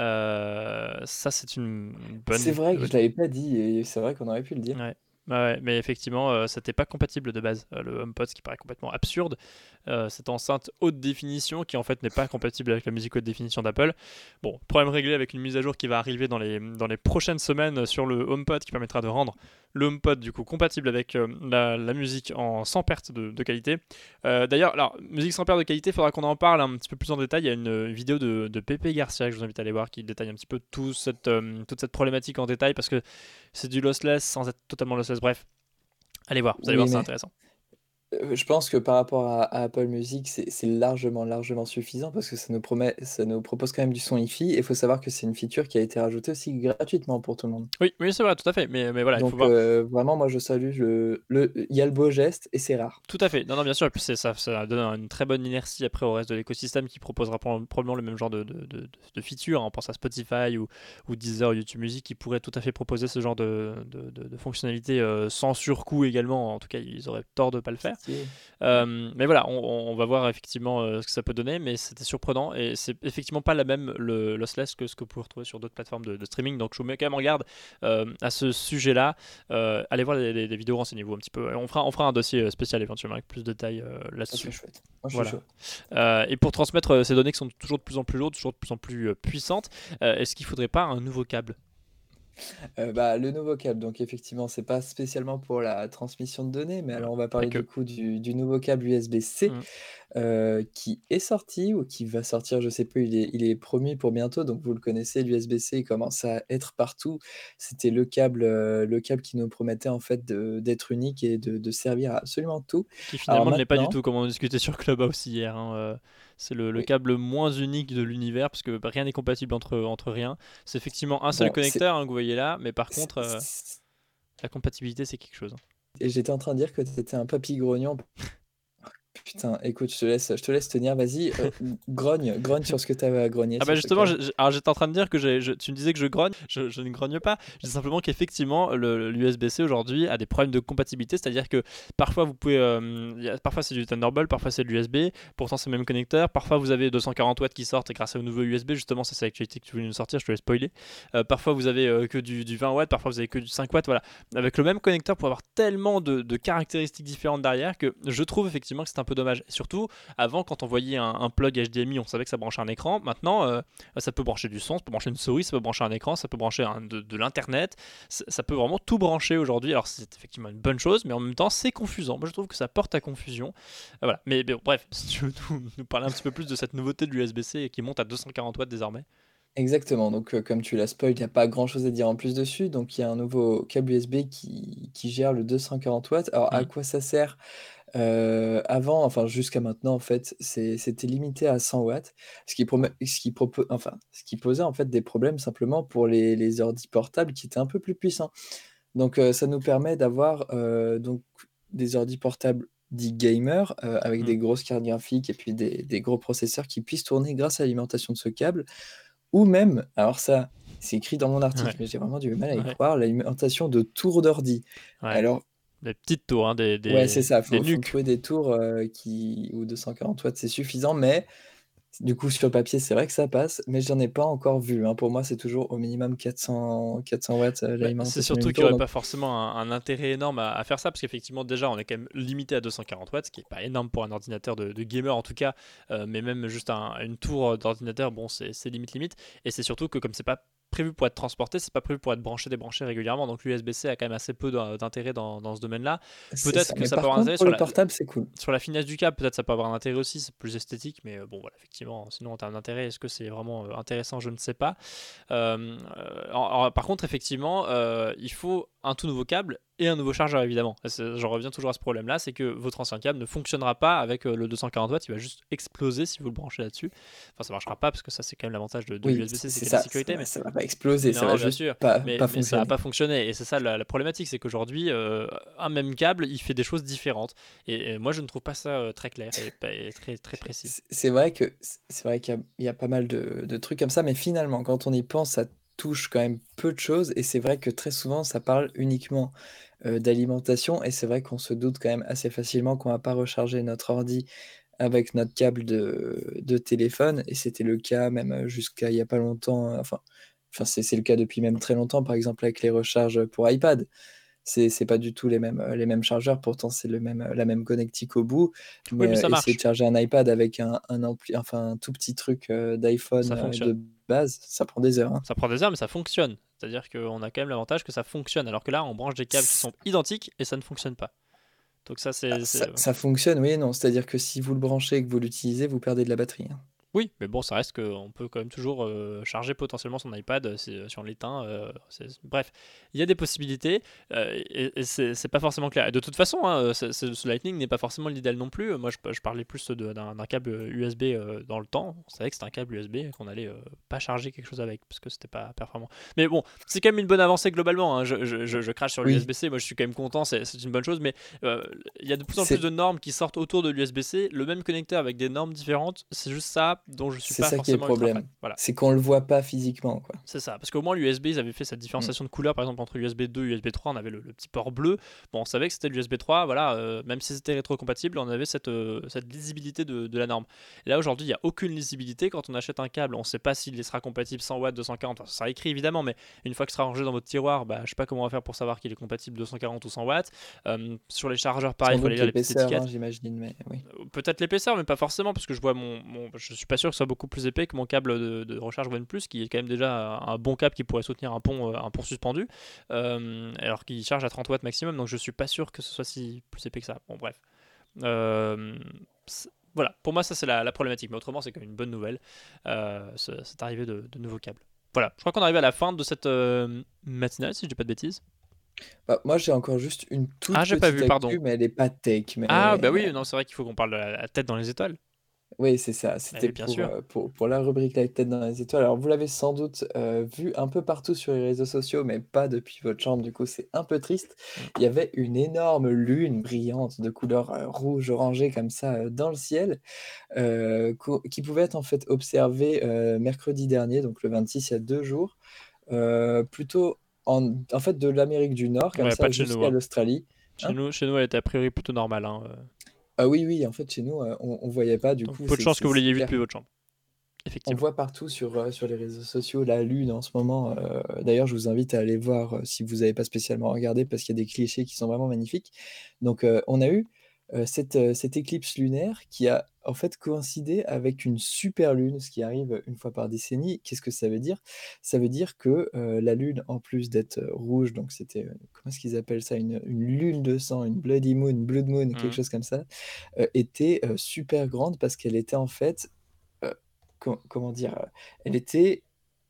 Euh, ça, c'est une C'est bonne vrai que je nouvelle. l'avais pas dit et c'est vrai qu'on aurait pu le dire. Ouais. Ouais, ouais, mais effectivement, euh, c'était pas compatible de base. Euh, le HomePod, ce qui paraît complètement absurde. Euh, cette enceinte haute définition qui en fait n'est pas compatible avec la musique haute définition d'Apple. Bon, problème réglé avec une mise à jour qui va arriver dans les, dans les prochaines semaines sur le HomePod qui permettra de rendre le HomePod du coup compatible avec euh, la, la musique en sans perte de, de qualité. Euh, D'ailleurs, alors musique sans perte de qualité, il faudra qu'on en parle un petit peu plus en détail. Il y a une vidéo de, de Pepe Garcia que je vous invite à aller voir qui détaille un petit peu tout cette, euh, toute cette problématique en détail parce que c'est du lossless sans être totalement lossless. Bref, allez voir, vous allez voir, Oui, c'est mais intéressant. Heu, je pense que par rapport à à Apple Music, c'est c'est largement, largement suffisant parce que ça nous promet ça nous propose quand même du son hi-fi et il faut savoir que c'est une feature qui a été rajoutée aussi gratuitement pour tout le monde. Oui, oui, c'est vrai, tout à fait. Mais, mais voilà, il faut Donc voir. heu, vraiment moi je salue le le il y a le beau geste et c'est rare. Tout à fait. Non, non, bien sûr. Et puis c'est- ça, ça donne une très bonne inertie après au reste de l'écosystème qui proposera prob- probablement le même genre de, de, de, de features. On pense à Spotify ou, ou Deezer, YouTube Music qui pourraient tout à fait proposer ce genre de, de, de, de fonctionnalités euh, sans surcoût également. En tout cas, ils auraient tort de ne pas le faire. Stylé. Ouais. Euh, mais voilà, on, on va voir effectivement euh, ce que ça peut donner, mais c'était surprenant et c'est effectivement pas la même le lossless que ce que vous pouvez retrouver sur d'autres plateformes de, de streaming. Donc je vous mets quand même en garde euh, à ce sujet-là. Euh, allez voir les, les- les vidéos, renseignez-vous un petit peu. Et on fera, on fera un dossier euh, spécial éventuellement avec plus de détails euh, Ça serait là-dessus. chouette. Moi je suis Voilà. chaud. Euh, et pour transmettre euh, ces données qui sont toujours de plus en plus lourdes, toujours de plus en plus euh, puissantes, euh, est-ce qu'il faudrait pas un nouveau câble? Heu, bah, le nouveau câble, donc effectivement, c'est pas spécialement pour la transmission de données, mais Voilà. alors on va Pas parler du que. coup du du nouveau câble U S B-C, Mm. heu, qui est sorti ou qui va sortir, je sais plus, il est il est promis pour bientôt, donc vous le connaissez, l'U S B-C, il commence à être partout. C'était le câble, heu, le câble qui nous promettait en fait de d'être unique et de de servir à absolument tout. Qui Alors finalement ne l'est pas du maintenant tout, comme on discutait sur Clubhouse hier. Hein, euh, c'est le, le oui, câble moins unique de l'univers, parce que bah, rien n'est compatible entre, entre rien. C'est effectivement un seul bon, c'est connecteur hein, que vous voyez là, mais par c'est contre, euh, c la compatibilité, c'est quelque chose. Hein. et j'étais en train de dire que tu étais un papy grognon. Putain, écoute, je te laisse je te laisse tenir, vas-y, heu, grogne, grogne sur ce que tu avais à grogner Ah bah sur ce justement, câble. je- je- alors j'étais en train de dire que j'ai- je- tu me disais que je grogne, je, je ne grogne pas. Je dis simplement qu'effectivement, le, l'U S B-C aujourd'hui a des problèmes de compatibilité, c'est-à-dire que parfois vous pouvez, euh, y a- parfois c'est du Thunderbolt, parfois c'est de l'U S B, pourtant c'est le même connecteur, parfois vous avez deux cent quarante watts qui sortent et grâce au nouveau U S B, justement, ça c'est l'actualité que tu voulais nous sortir, je te laisse spoiler. Euh, parfois vous avez euh, que du, du vingt watts, parfois vous avez que du cinq watts, voilà. Avec le même connecteur pour avoir tellement de, de caractéristiques différentes derrière que je trouve effectivement que c'est un peu dommage. Et surtout, avant, quand on voyait un, un plug H D M I, on savait que ça branchait un écran. Maintenant, euh, ça peut brancher du son, ça peut brancher une souris, ça peut brancher un écran, ça peut brancher un, de, de l'internet. Ça, ça peut vraiment tout brancher aujourd'hui. Alors c'est effectivement une bonne chose, mais en même temps c'est confusant. Moi je trouve que ça porte à confusion. Euh, voilà. Mais, mais bon, bref, si tu veux nous, nous parler un petit peu plus de cette nouveauté de l'U S B-C qui monte à deux cent quarante watts désormais. Exactement, donc heu, comme tu l'as spoil, il y a pas grand-chose à dire en plus dessus. Donc il y a un nouveau câble U S B qui qui gère le deux cent quarante watts. Alors à Mm. quoi ça sert? Heu, avant, enfin jusqu'à maintenant en fait, c'est c'était limité à cent watts, ce qui promet ce qui propo enfin, ce qui posait en fait des problèmes simplement pour les les ordi portables qui étaient un peu plus puissants. Donc heu, ça nous permet d'avoir, heu, donc des ordi portables dits gamers, heu, avec Mm. des grosses cartes graphiques et puis des des gros processeurs qui puissent tourner grâce à l'alimentation de ce câble. Ou même, alors ça, c'est écrit dans mon article, Ouais. mais j'ai vraiment du mal à y Ouais. croire, l'alimentation de tours d'ordi. Ouais. Alors Des petites tours, hein, des, ouais, c'est des, ça, des faut faut me nuques. trouver des tours, heu, qui où deux cent quarante watts, c'est suffisant, mais Du coup, sur le papier, c'est vrai que ça passe, mais j'en ai pas encore vu, hein. Pour moi, c'est toujours au minimum quatre cents quatre cents watts, heu, Bah, c'est l'alimentation surtout d'une qu'il y tour, aurait donc pas forcément un un intérêt énorme à à faire ça, parce qu'effectivement déjà on est quand même limité à deux cent quarante watts, ce qui est pas énorme pour un ordinateur de de gamer en tout cas, heu, mais même juste un une tour d'ordinateur, bon c'est c'est limite, limite et c'est surtout que comme c'est pas prévu pour être transporté, c'est pas prévu pour être branché, débranché régulièrement, donc l'U S B-C a quand même assez peu d'in d'intérêt dans dans ce domaine-là. c'est Peut-être ça. que Mais ça peut par avoir un contre, intérêt pour sur le la portable, c'est cool. sur la finesse du câble, peut-être ça peut avoir un intérêt aussi, c'est plus esthétique, mais euh, bon voilà, effectivement, sinon en termes d'intérêt, est-ce que c'est vraiment euh, intéressant, je ne sais pas. Euh, euh, en- en- par contre, effectivement, euh, il faut un tout nouveau câble et un nouveau chargeur, évidemment. C'est- J'en reviens toujours à ce problème-là, c'est que votre ancien câble ne fonctionnera pas avec euh, le deux cent quarante watts, il va juste exploser si vous le branchez là-dessus. Enfin, ça marchera pas, parce que ça, c'est quand même l'avantage de, de Oui, c'est l'U S B-C, c'est c'est qu'il y a de la ça, ça sécurité, va mais ça va pas exploser, ça va non, bien juste sûr, pas mais, pas mais ça n'a fonctionner. pas fonctionné. Et c'est ça la, la problématique, c'est qu'aujourd'hui, euh, un même câble, il fait des choses différentes. Et, et moi, je ne trouve pas ça euh, très clair et, pas- et très, très précis. C'est c'est vrai que c'est vrai qu'il y a il y a pas mal de de trucs comme ça, mais finalement, quand on y pense, ça touche quand même peu de choses et c'est vrai que très souvent, ça parle uniquement, heu, d'alimentation et c'est vrai qu'on se doute quand même assez facilement qu'on va pas recharger notre ordi avec notre câble de de téléphone et c'était le cas même, heu, jusqu'à il y a pas longtemps, heu, enfin enfin c'est c'est le cas depuis même très longtemps, par exemple avec les recharges, pour iPad. C'est c'est pas du tout les mêmes, heu, les mêmes chargeurs, pourtant c'est le même, heu, la même connectique au bout, Oui, mais, mais heu, ça essayer de marche, charger un iPad avec un un ampli enfin un tout petit truc, heu, d'iPhone, ça heu, fonctionne. de base, ça prend des heures, hein. Ça prend des heures, mais ça fonctionne. C'est-à-dire qu'on a quand même l'avantage que ça fonctionne. Alors que là, on branche des câbles qui Ç sont identiques et ça ne fonctionne pas. Donc ça, ah c'est... ça c'est- ça fonctionne, oui et non, c'est-à-dire que si vous le branchez et que vous l'utilisez, vous perdez de la batterie, hein. Oui, mais bon, ça reste qu'on peut quand même toujours euh, charger potentiellement son iPad euh, si, si on l'éteint. euh, c'est- Bref, il y a des possibilités euh, et, et c'est c'est pas forcément clair. Et de toute façon, hein, euh, c'est- c'est- ce Lightning n'est pas forcément l'idéal non plus. Moi, je, je parlais plus de- d'un d'un câble U S B euh, dans le temps. On savait que c'était un câble U S B qu'on allait euh, pas charger quelque chose avec parce que c'était pas performant. Mais bon, c'est quand même une bonne avancée globalement, hein. Je, je- je- je crache sur Oui, l'U S B-C. Moi, je suis quand même content, c'est c'est une bonne chose. Mais euh, il y a de plus en plus c'est de normes qui sortent autour de l'U S B-C. Le même connecteur avec des normes différentes, c'est juste ça dont je suis c'est pas ça qui est le forcément ultra fan. problème. Voilà, C'est qu'on le voit pas physiquement, quoi. c'est ça. Parce qu'au moins l'U S B, ils avaient fait cette Mmh. différenciation de couleur, par exemple entre U S B deux et U S B trois, on avait le, le petit port bleu. Bon, on savait que c'était l'U S B trois, voilà, euh, même si c'était rétrocompatible, on avait cette, euh, cette lisibilité de, de la norme. Et là aujourd'hui, il n'y a aucune lisibilité. Quand on achète un câble, on ne sait pas s'il sera compatible cent watts, deux cent quarante. Enfin, ça sera écrit évidemment, mais une fois qu'il sera rangé dans votre tiroir, bah, je sais pas comment on va faire pour savoir qu'il est compatible deux cent quarante ou cent watts. Euh, sur les chargeurs, pareil, Sans il fallait doute lire les petites l'épaisseur, hein, étiquettes. j'imagine, mais oui. Euh, Peut-être l'épaisseur, mais pas forcément, parce que je vois mon, mon- je suis pas sûr que ce soit beaucoup plus épais que mon câble de, de recharge OnePlus, qui est quand même déjà un bon câble qui pourrait soutenir un pont, euh, un pont suspendu, euh, alors qu'il charge à trente watts maximum, donc je suis pas sûr que ce soit si plus épais que ça. Bon, bref. Euh, c'est- voilà, pour moi, ça c'est la, la problématique, mais autrement, c'est quand même une bonne nouvelle, euh, ce- cette arrivée de, de nouveaux câbles. Voilà, je crois qu'on arrive à la fin de cette euh, matinale, si je dis pas de bêtises. Bah, moi, j'ai encore juste une Ah, toute j'ai pas petite vu, pardon. actu, mais elle est pas tech, Ah, bah mais oui, non, c'est vrai qu'il faut qu'on parle de la, la tête dans les étoiles. oui, c'est ça. Bah C'était oui, bien pour, sûr. heu, pour pour la rubrique La tête dans les étoiles. Alors vous l'avez sans doute, heu, vu un peu partout sur les réseaux sociaux, mais pas depuis votre chambre, du coup, c'est un peu triste. Mm. Il y avait une énorme lune brillante de couleur, heu, rouge orangé comme ça, heu, dans le ciel, heu, qu'au qui pouvait être en fait observée, heu, mercredi dernier, donc le vingt-six, il y a deux jours, heu, plutôt en en fait de l'Amérique du Nord comme Ouais, pas ça de chez nous, jusqu'à hein. l'Australie. Chez Hein? nous, chez nous, elle était a priori plutôt normale, hein, euh. Ah oui, oui, en fait chez nous, heu, on on voyait pas, du Donc coup peu de c'est chances c'est que vous c'est l'ayez vu clair. depuis votre chambre. On Effectivement. voit partout sur, heu, sur les réseaux sociaux la lune en ce moment, heu, d'ailleurs je vous invite à aller voir, heu, si vous n'avez pas spécialement regardé parce qu'il y a des clichés qui sont vraiment magnifiques. Donc, heu, on a eu, heu, cette, heu, cette éclipse lunaire qui a en fait coïncidé avec une super lune, ce qui arrive une fois par décennie. Qu'est-ce que ça veut dire? Ça veut dire que, heu, la lune en plus d'être, heu, rouge, donc c'était, heu, comment est-ce qu'ils appellent ça? Une, une lune de sang, une bloody moon, blood moon, quelque Mhm. chose comme ça, heu, était, heu, super grande parce qu'elle était en fait Heu, com comment dire? Heu, elle était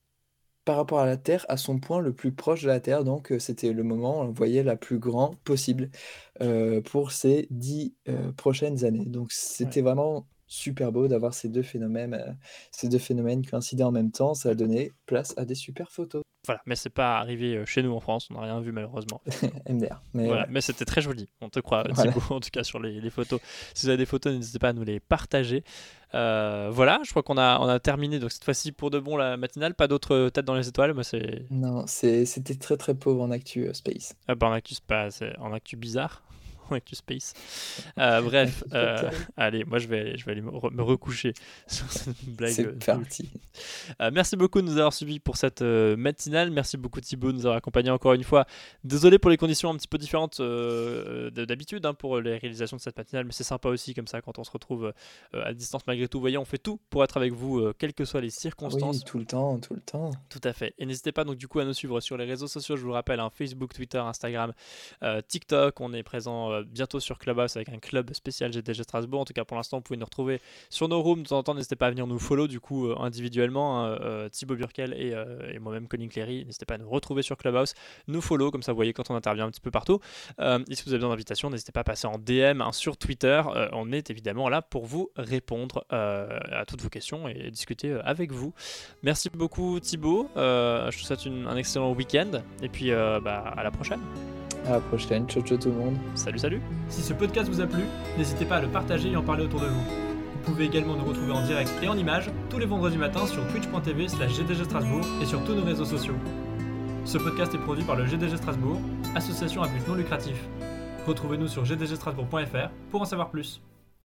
par rapport à la Terre, à son point le plus proche de la Terre, donc heu, c'était le moment où on voyait la plus grand possible, heu, pour ces dix heu, prochaines années. Donc Ouais. c'était vraiment super beau d'avoir ces deux phénomènes, heu, ces deux phénomènes coïncider en même temps, ça a donné place à des super photos. Voilà, mais c'est pas arrivé euh, chez nous en France, on n'a rien vu malheureusement. M D R, mais Voilà, voilà, mais c'était très joli, on te croit voilà. Thibaut, en tout cas sur les, les photos. Si vous avez des photos, n'hésitez pas à nous les partager. Euh, voilà, je crois qu'on a, on a terminé donc cette fois-ci pour de bon la matinale, pas d'autres têtes dans les étoiles, moi c'est... Non, c'est c'était très, très pauvre en actu, heu, space. Ah bah en actu, c'est pas, c'est en actu bizarre, ActuSpace. Euh, bref, euh, Fatal. allez, moi je vais aller, je vais aller me, re- me recoucher sur cette blague. C'est euh, parti. Euh, merci beaucoup de nous avoir suivis pour cette euh, matinale. Merci beaucoup Thibaut de nous avoir accompagnés encore une fois. Désolé pour les conditions un petit peu différentes euh, de- d'habitude hein, pour les réalisations de cette matinale, mais c'est sympa aussi comme ça quand on se retrouve euh, à distance malgré tout. Vous voyez, on fait tout pour être avec vous, euh, quelles que soient les circonstances. Oui, tout le temps, tout le temps. Tout à fait. Et n'hésitez pas donc du coup à nous suivre sur les réseaux sociaux, je vous le rappelle, hein, Facebook, Twitter, Instagram, euh, TikTok. On est présent euh, bientôt sur Clubhouse avec un club spécial G D G Strasbourg. En tout cas pour l'instant, vous pouvez nous retrouver sur nos rooms. De temps en temps, n'hésitez pas à venir nous follow du coup euh, individuellement. hein, euh, Thibaut Burkel et, euh, et moi-même, Colin Cléry. N'hésitez pas à nous retrouver sur Clubhouse, nous follow, comme ça vous voyez quand on intervient un petit peu partout. Euh, et si vous avez besoin d'invitation, n'hésitez pas à passer en D M hein, sur Twitter. Euh, on est évidemment là pour vous répondre euh, à toutes vos questions et discuter euh, avec vous. Merci beaucoup Thibaut. Euh, je te souhaite une- un excellent week-end et puis euh, bah, à la prochaine. À la prochaine. Ciao, ciao tout le monde. Salut, salut. Si ce podcast vous a plu, n'hésitez pas à le partager et en parler autour de vous. Vous pouvez également nous retrouver en direct et en images tous les vendredis matins sur twitch point t v slash g d g strasbourg et sur tous nos réseaux sociaux. Ce podcast est produit par le G D G Strasbourg, association à but non lucratif. Retrouvez-nous sur g d g strasbourg point f r pour en savoir plus.